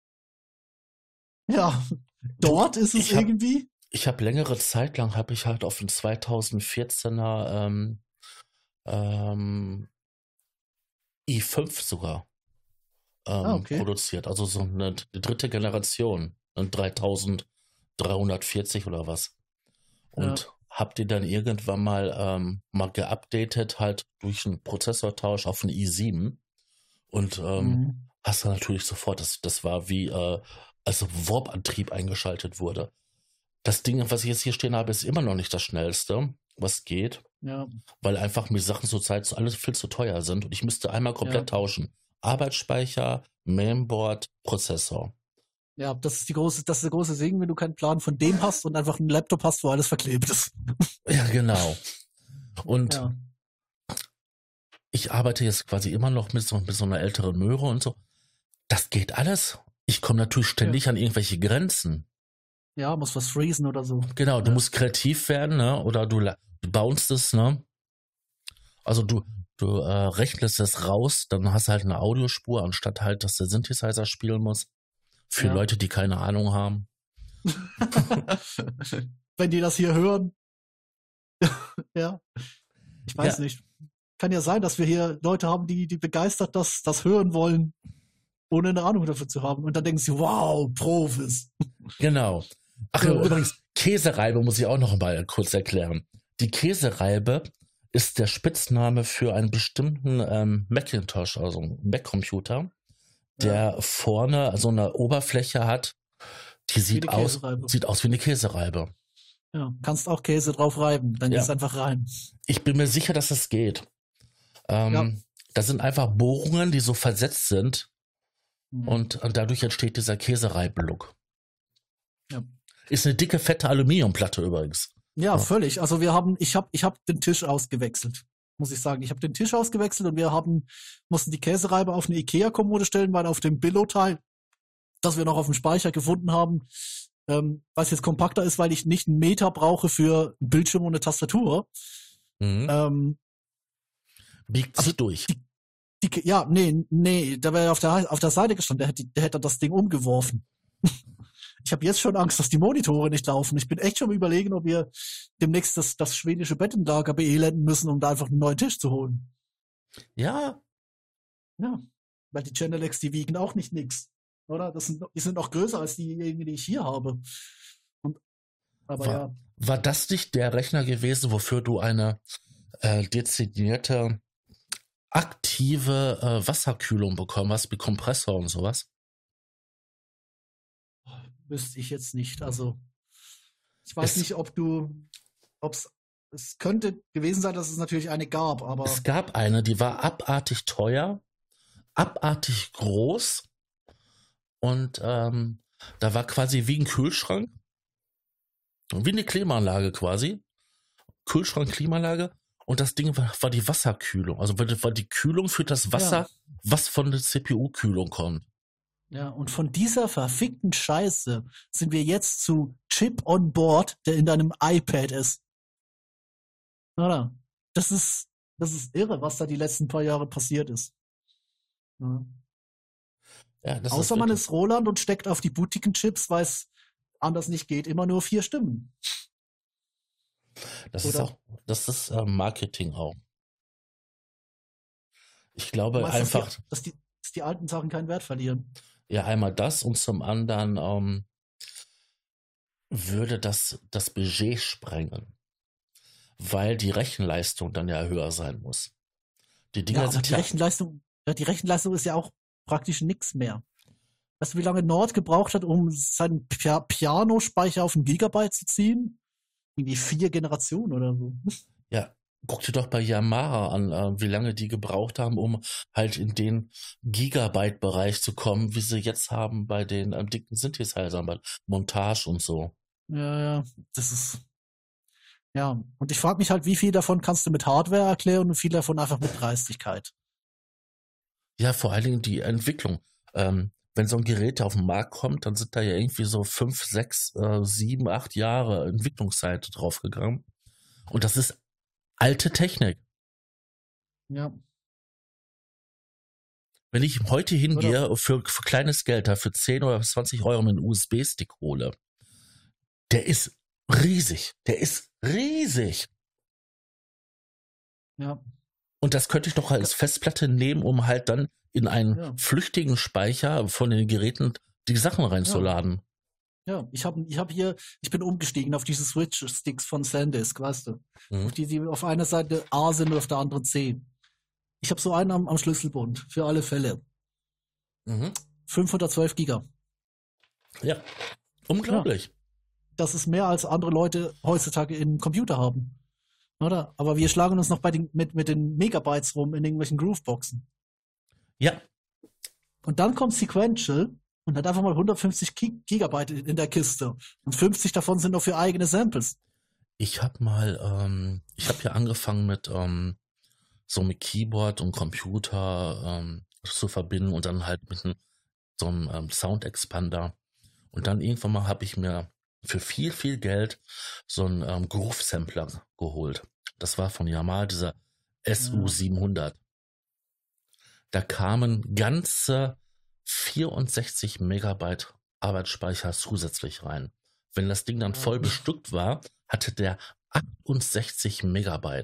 ja, dort ist es ich hab- irgendwie. Ich habe längere Zeit lang, habe ich halt auf den zweitausendvierzehner ähm, ähm, i fünf sogar ähm, Ah, okay. produziert. Also so eine, eine dritte Generation, ein dreitausenddreihundertvierzig oder was. Und hab die dann irgendwann mal ähm, mal geupdatet, halt durch einen Prozessortausch auf einen i sieben. Und ähm, Mhm. hast du natürlich sofort, das, das war wie, äh, als Warp-Antrieb eingeschaltet wurde. Das Ding, was ich jetzt hier stehen habe, ist immer noch nicht das schnellste, was geht, Ja. weil einfach mir Sachen zurzeit so alles viel zu teuer sind und ich müsste einmal komplett Ja. tauschen. Arbeitsspeicher, Mainboard, Prozessor. Ja, das ist die große, das ist der große Segen, wenn du keinen Plan von dem hast und einfach einen Laptop hast, wo alles verklebt ist. Ja, genau. Und Ja. ich arbeite jetzt quasi immer noch mit so, mit so einer älteren Möhre und so. Das geht alles. Ich komme natürlich ständig an irgendwelche Grenzen. Ja, muss was freezen oder so. Genau, du Ja. musst kreativ werden, ne? Oder du, la- du bounst es, ne? Also du, du äh, rechnest es raus, dann hast du halt eine Audiospur, anstatt halt, dass der Synthesizer spielen muss. Für Ja. Leute, die keine Ahnung haben. Wenn die das hier hören. Ja. Ich weiß Ja. nicht. Kann ja sein, dass wir hier Leute haben, die, die begeistert das, das hören wollen, ohne eine Ahnung dafür zu haben. Und dann denken sie, wow, Profis. Genau. Ach Ja. ja, übrigens, Käsereibe muss ich auch noch mal kurz erklären. Die Käsereibe ist der Spitzname für einen bestimmten ähm, Macintosh, also einen Mac-Computer, der vorne so eine Oberfläche hat, die sieht eine aus, Käsereibe. sieht aus wie eine Käsereibe. Ja, kannst auch Käse drauf reiben, dann Ja. ist einfach rein. Ich bin mir sicher, dass es geht. Ähm, Ja. Das sind einfach Bohrungen, die so versetzt sind Mhm. und, und dadurch entsteht dieser Käsereiben-Look. Ja. Ist eine dicke, fette Aluminiumplatte übrigens. Ja, Ja. völlig. Also wir haben, ich habe, ich habe den Tisch ausgewechselt, muss ich sagen. Ich habe den Tisch ausgewechselt und wir haben, mussten die Käsereibe auf eine Ikea-Kommode stellen, weil auf dem Billo-Teil, das wir noch auf dem Speicher gefunden haben, ähm, was jetzt kompakter ist, weil ich nicht einen Meter brauche für einen Bildschirm und eine Tastatur. Mhm. Ähm, Biegt sich also durch. die, Kä- ja, nee, nee, da wäre auf der auf der Seite gestanden, der hätte, der hätte das Ding umgeworfen. Ich habe jetzt schon Angst, dass die Monitore nicht laufen. Ich bin echt schon am Überlegen, ob wir demnächst das, das schwedische Bettenlager beelenden müssen, um da einfach einen neuen Tisch zu holen. Ja, Ja, weil die Genelecs, die wiegen auch nicht nix, oder? Das sind, die sind auch größer als diejenigen, die ich hier habe. Und, aber War- ja, war das nicht der Rechner gewesen, wofür du eine äh, dezidierte aktive äh, Wasserkühlung bekommen hast, wie Kompressor und sowas? wüsste ich jetzt nicht. Also, ich weiß Es- nicht, ob du, ob's, es könnte gewesen sein, dass es natürlich eine gab, aber Es gab eine, die war abartig teuer, abartig groß und ähm, da war quasi wie ein Kühlschrank, wie eine Klimaanlage quasi, Kühlschrank, Klimaanlage und das Ding war, war die Wasserkühlung, also war die, war die Kühlung für das Wasser, was von der C P U-Kühlung kommt. ja, und von dieser verfickten Scheiße sind wir jetzt zu Chip on Board, der in deinem iPad ist. Oder? das ist, das ist irre, was da die letzten paar Jahre passiert ist. Ja. Ja, das Außer ist man wirklich, ist Roland und steckt auf die Boutique-Chips, weil es anders nicht geht, immer nur vier Stimmen. das ist Oder? auch, das ist äh, Marketing auch. Ich Du glaube meinst, dass die, einfach, dass die, dass die alten Sachen keinen Wert verlieren? ja, einmal das und zum anderen ähm, würde das das Budget sprengen, weil die Rechenleistung dann ja höher sein muss. Die Ja, Dinger aber sind die ja, Rechenleistung, ja, die Rechenleistung ist ja auch praktisch nichts mehr. Weißt du, wie lange Nord gebraucht hat, um seinen Pia Piano-Speicher auf einen Gigabyte zu ziehen? Irgendwie vier Generationen oder so. ja, guck dir doch bei Yamaha an, äh, wie lange die gebraucht haben, um halt in den Gigabyte-Bereich zu kommen, wie sie jetzt haben bei den ähm, dicken Synthesizern, bei Montage und so. Ja, ja, das ist, ja. Und ich frage mich halt, wie viel davon kannst du mit Hardware erklären und wie viel davon einfach mit Dreistigkeit. Ja, vor allen Dingen die Entwicklung. Ähm, wenn so ein Gerät auf den Markt kommt, dann sind da ja irgendwie so fünf, sechs, äh, sieben, acht Jahre Entwicklungszeit draufgegangen. Und das ist alte Technik. Ja, Wenn ich heute oder? hingehe für, für kleines Geld da für zehn oder zwanzig Euro einen U S B-Stick hole, der ist riesig. Der ist riesig. Ja, Und das könnte ich doch als Festplatte nehmen, um halt dann in einen ja, flüchtigen Speicher von den Geräten die Sachen ja. reinzuladen. Ja, ich habe ich hab hier, ich bin umgestiegen auf diese Switch-Sticks von SanDisk, weißt du. Mhm. Auf die, die auf einer Seite A sind und auf der anderen C. Ich habe so einen am, am Schlüsselbund, für alle Fälle. Mhm. fünfhundertzwölf Giga. Ja, Ja, unglaublich. das ist mehr als andere Leute heutzutage im Computer haben. Oder? Aber wir schlagen uns noch bei den, mit, mit den Megabytes rum in irgendwelchen Grooveboxen. Ja, Und dann kommt Sequential und hat einfach mal hundertfünfzig Gi- Gigabyte in der Kiste. Und fünfzig davon sind noch für eigene Samples. ich habe mal, ähm, ich habe ja angefangen mit ähm, so mit Keyboard und Computer ähm, zu verbinden und dann halt mit einem, so einem ähm, Sound Expander. Und dann irgendwann mal habe ich mir für viel, viel Geld so einen ähm, Groove Sampler geholt. Das war von Yamaha, dieser S U Ja, siebenhundert. Da kamen ganze vierundsechzig Megabyte Arbeitsspeicher zusätzlich rein. Wenn das Ding dann ja. voll bestückt war, hatte der achtundsechzig Megabyte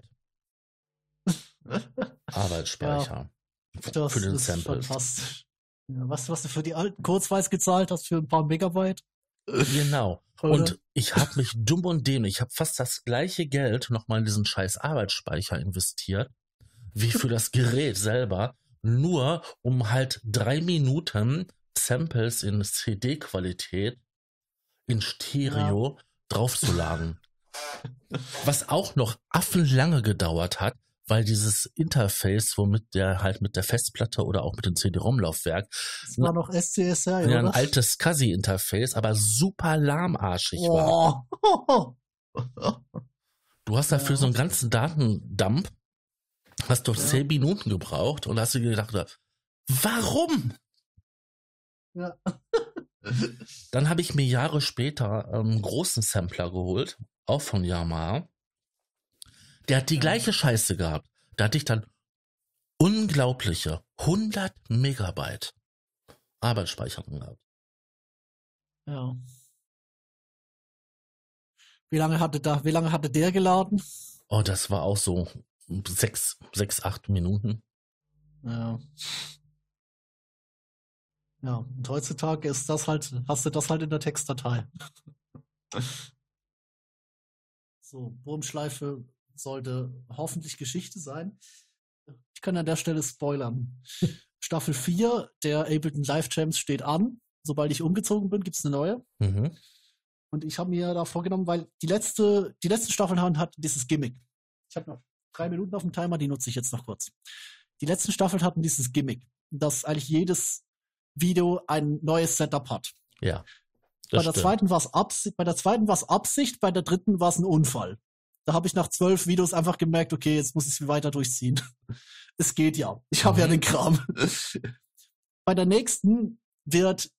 Ja, Arbeitsspeicher f- für das den ist Samples. fantastisch. Ja, was, was du für die alten Kurzweils gezahlt hast für ein paar Megabyte? Genau. Oder? Und ich habe mich dumm und dämlich, ich habe fast das gleiche Geld nochmal in diesen scheiß Arbeitsspeicher investiert, wie für das Gerät selber, nur um halt drei Minuten Samples in C D-Qualität in Ja. Stereo draufzuladen. Was auch noch affenlange gedauert hat, weil dieses Interface, womit der halt mit der Festplatte oder auch mit dem C D-ROM-Laufwerk, Das war noch S C S R, ja, ein oder? altes SCSI-Interface, aber super lahmarschig war. Oh. Du hast dafür so Ja. einen ganzen Datendump, hast du Ja. zehn Minuten gebraucht und hast dir gedacht, warum? Ja. Dann habe ich mir Jahre später ähm, einen großen Sampler geholt, auch von Yamaha. Der hat die Ja. gleiche Scheiße gehabt. Da hatte ich dann unglaubliche hundert Megabyte Arbeitsspeicher gehabt. Ja. Wie lange hatte da, wie lange hatte der geladen? Oh, das war auch so sechs, sechs, acht Minuten. Ja. Ja. Und heutzutage ist das halt, hast du das halt in der Textdatei. So, Wurmschleife sollte hoffentlich Geschichte sein. Ich kann an der Stelle spoilern. Staffel vier der Ableton Live Jams steht an. Sobald ich umgezogen bin, gibt's eine neue. Mhm. Und ich habe mir da vorgenommen, weil die letzte, die letzten Staffeln haben hatten dieses Gimmick. Ich habe noch drei Minuten auf dem Timer, die nutze ich jetzt noch kurz. Die letzten Staffeln hatten dieses Gimmick, dass eigentlich jedes Video ein neues Setup hat. Ja, Bei das der stimmt. zweiten war es Absicht, bei der zweiten war es Absicht, bei der dritten war es ein Unfall. Da habe ich nach zwölf Videos einfach gemerkt, okay, jetzt muss ich es weiter durchziehen. Es geht ja. Ich habe ja Mhm. den Kram. Bei der nächsten wird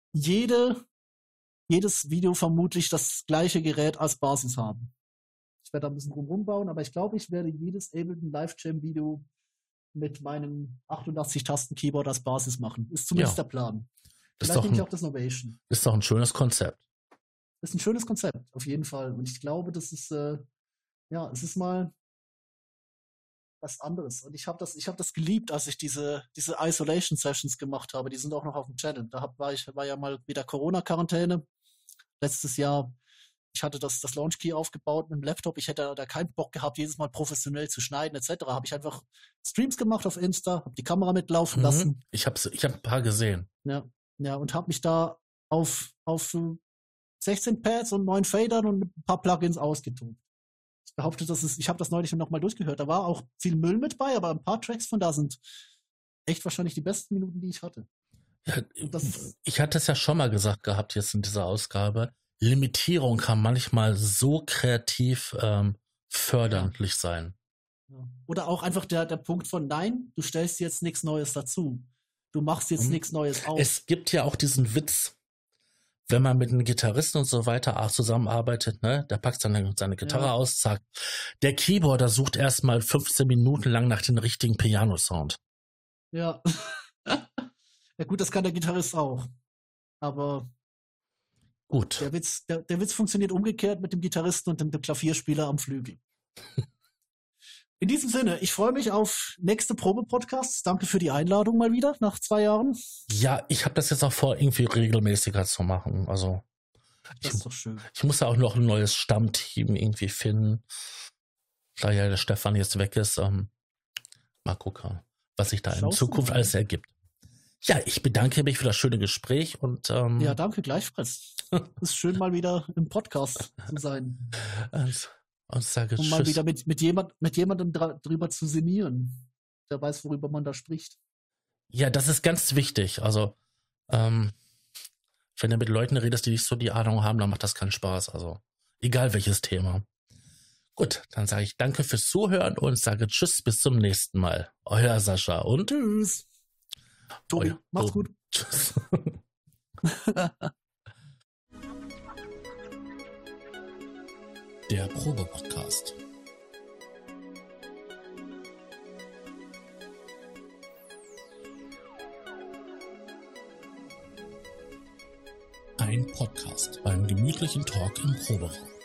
jede, jedes Video vermutlich das gleiche Gerät als Basis haben. Ich werde da ein bisschen drumherum bauen, aber ich glaube, ich werde jedes Ableton Live-Jam-Video mit meinem achtundachtzig-Tasten-Keyboard als Basis machen. Ist zumindest Ja. der Plan. Das ist Vielleicht doch nehme ich ein, auch das Novation. ist doch ein schönes Konzept. Das ist ein schönes Konzept, auf jeden Fall. Und ich glaube, das ist, äh, ja, es ist mal was anderes. Und ich habe das, ich habe das geliebt, als ich diese, diese Isolation Sessions gemacht habe. Die sind auch noch auf dem Channel. Da hab, war ich, war ja mal wieder Corona-Quarantäne. Letztes Jahr, ich hatte das, das Launch Key aufgebaut mit dem Laptop. Ich hätte da keinen Bock gehabt, jedes Mal professionell zu schneiden, et cetera. Habe ich einfach Streams gemacht auf Insta, habe die Kamera mitlaufen Mhm. lassen. Ich habe ich hab ein paar gesehen. Ja, ja, und habe mich da auf, auf äh, sechzehn Pads und neun Fadern und ein paar Plugins ausgetobt. Ich behaupte, das ist, ich habe das neulich noch mal durchgehört. Da war auch viel Müll mit bei, aber ein paar Tracks von da sind echt wahrscheinlich die besten Minuten, die ich hatte. Ja, Das- ich hatte es ja schon mal gesagt gehabt jetzt in dieser Ausgabe. Limitierung kann manchmal so kreativ ähm, förderlich sein. Ja. Oder auch einfach der, der Punkt von, nein, du stellst jetzt nichts Neues dazu. Du machst jetzt Mhm. nichts Neues auf. Es gibt ja auch diesen Witz, wenn man mit einem Gitarristen und so weiter auch zusammenarbeitet, ne, der packt seine, seine Gitarre Ja. aus, sagt, der Keyboarder sucht erstmal fünfzehn Minuten lang nach dem richtigen Piano-Sound. Ja. Ja gut, das kann der Gitarrist auch. Aber Gut. der Witz, der, der Witz funktioniert umgekehrt mit dem Gitarristen und dem Klavierspieler am Flügel. In diesem Sinne, ich freue mich auf nächste Probe-Podcasts. Danke für die Einladung mal wieder nach zwei Jahren. Ja, ich habe das jetzt auch vor, irgendwie regelmäßiger zu machen. Also Das ist doch schön. ich muss ja auch noch ein neues Stammteam irgendwie finden. Da ja der Stefan jetzt weg ist. Ähm, mal gucken, was sich da in Schaust du Zukunft mal. alles ergibt. Ja, ich bedanke mich für das schöne Gespräch und ähm, Ja, danke gleichfalls. Ist schön mal wieder im Podcast zu sein. und, und sage Und mal Tschüss. wieder mit, mit, jemand, mit jemandem dra- drüber zu sinnieren. Der weiß, worüber man da spricht. Ja, das ist ganz wichtig. Also, ähm, wenn du mit Leuten redest, die nicht so die Ahnung haben, dann macht das keinen Spaß. Also, egal welches Thema. Gut, dann sage ich danke fürs Zuhören und sage Tschüss, bis zum nächsten Mal. Euer Sascha und Tschüss. Tobi, euer mach's Tobi. gut. Tschüss. Der Probe-Podcast. Ein Podcast beim gemütlichen Talk im Proberaum.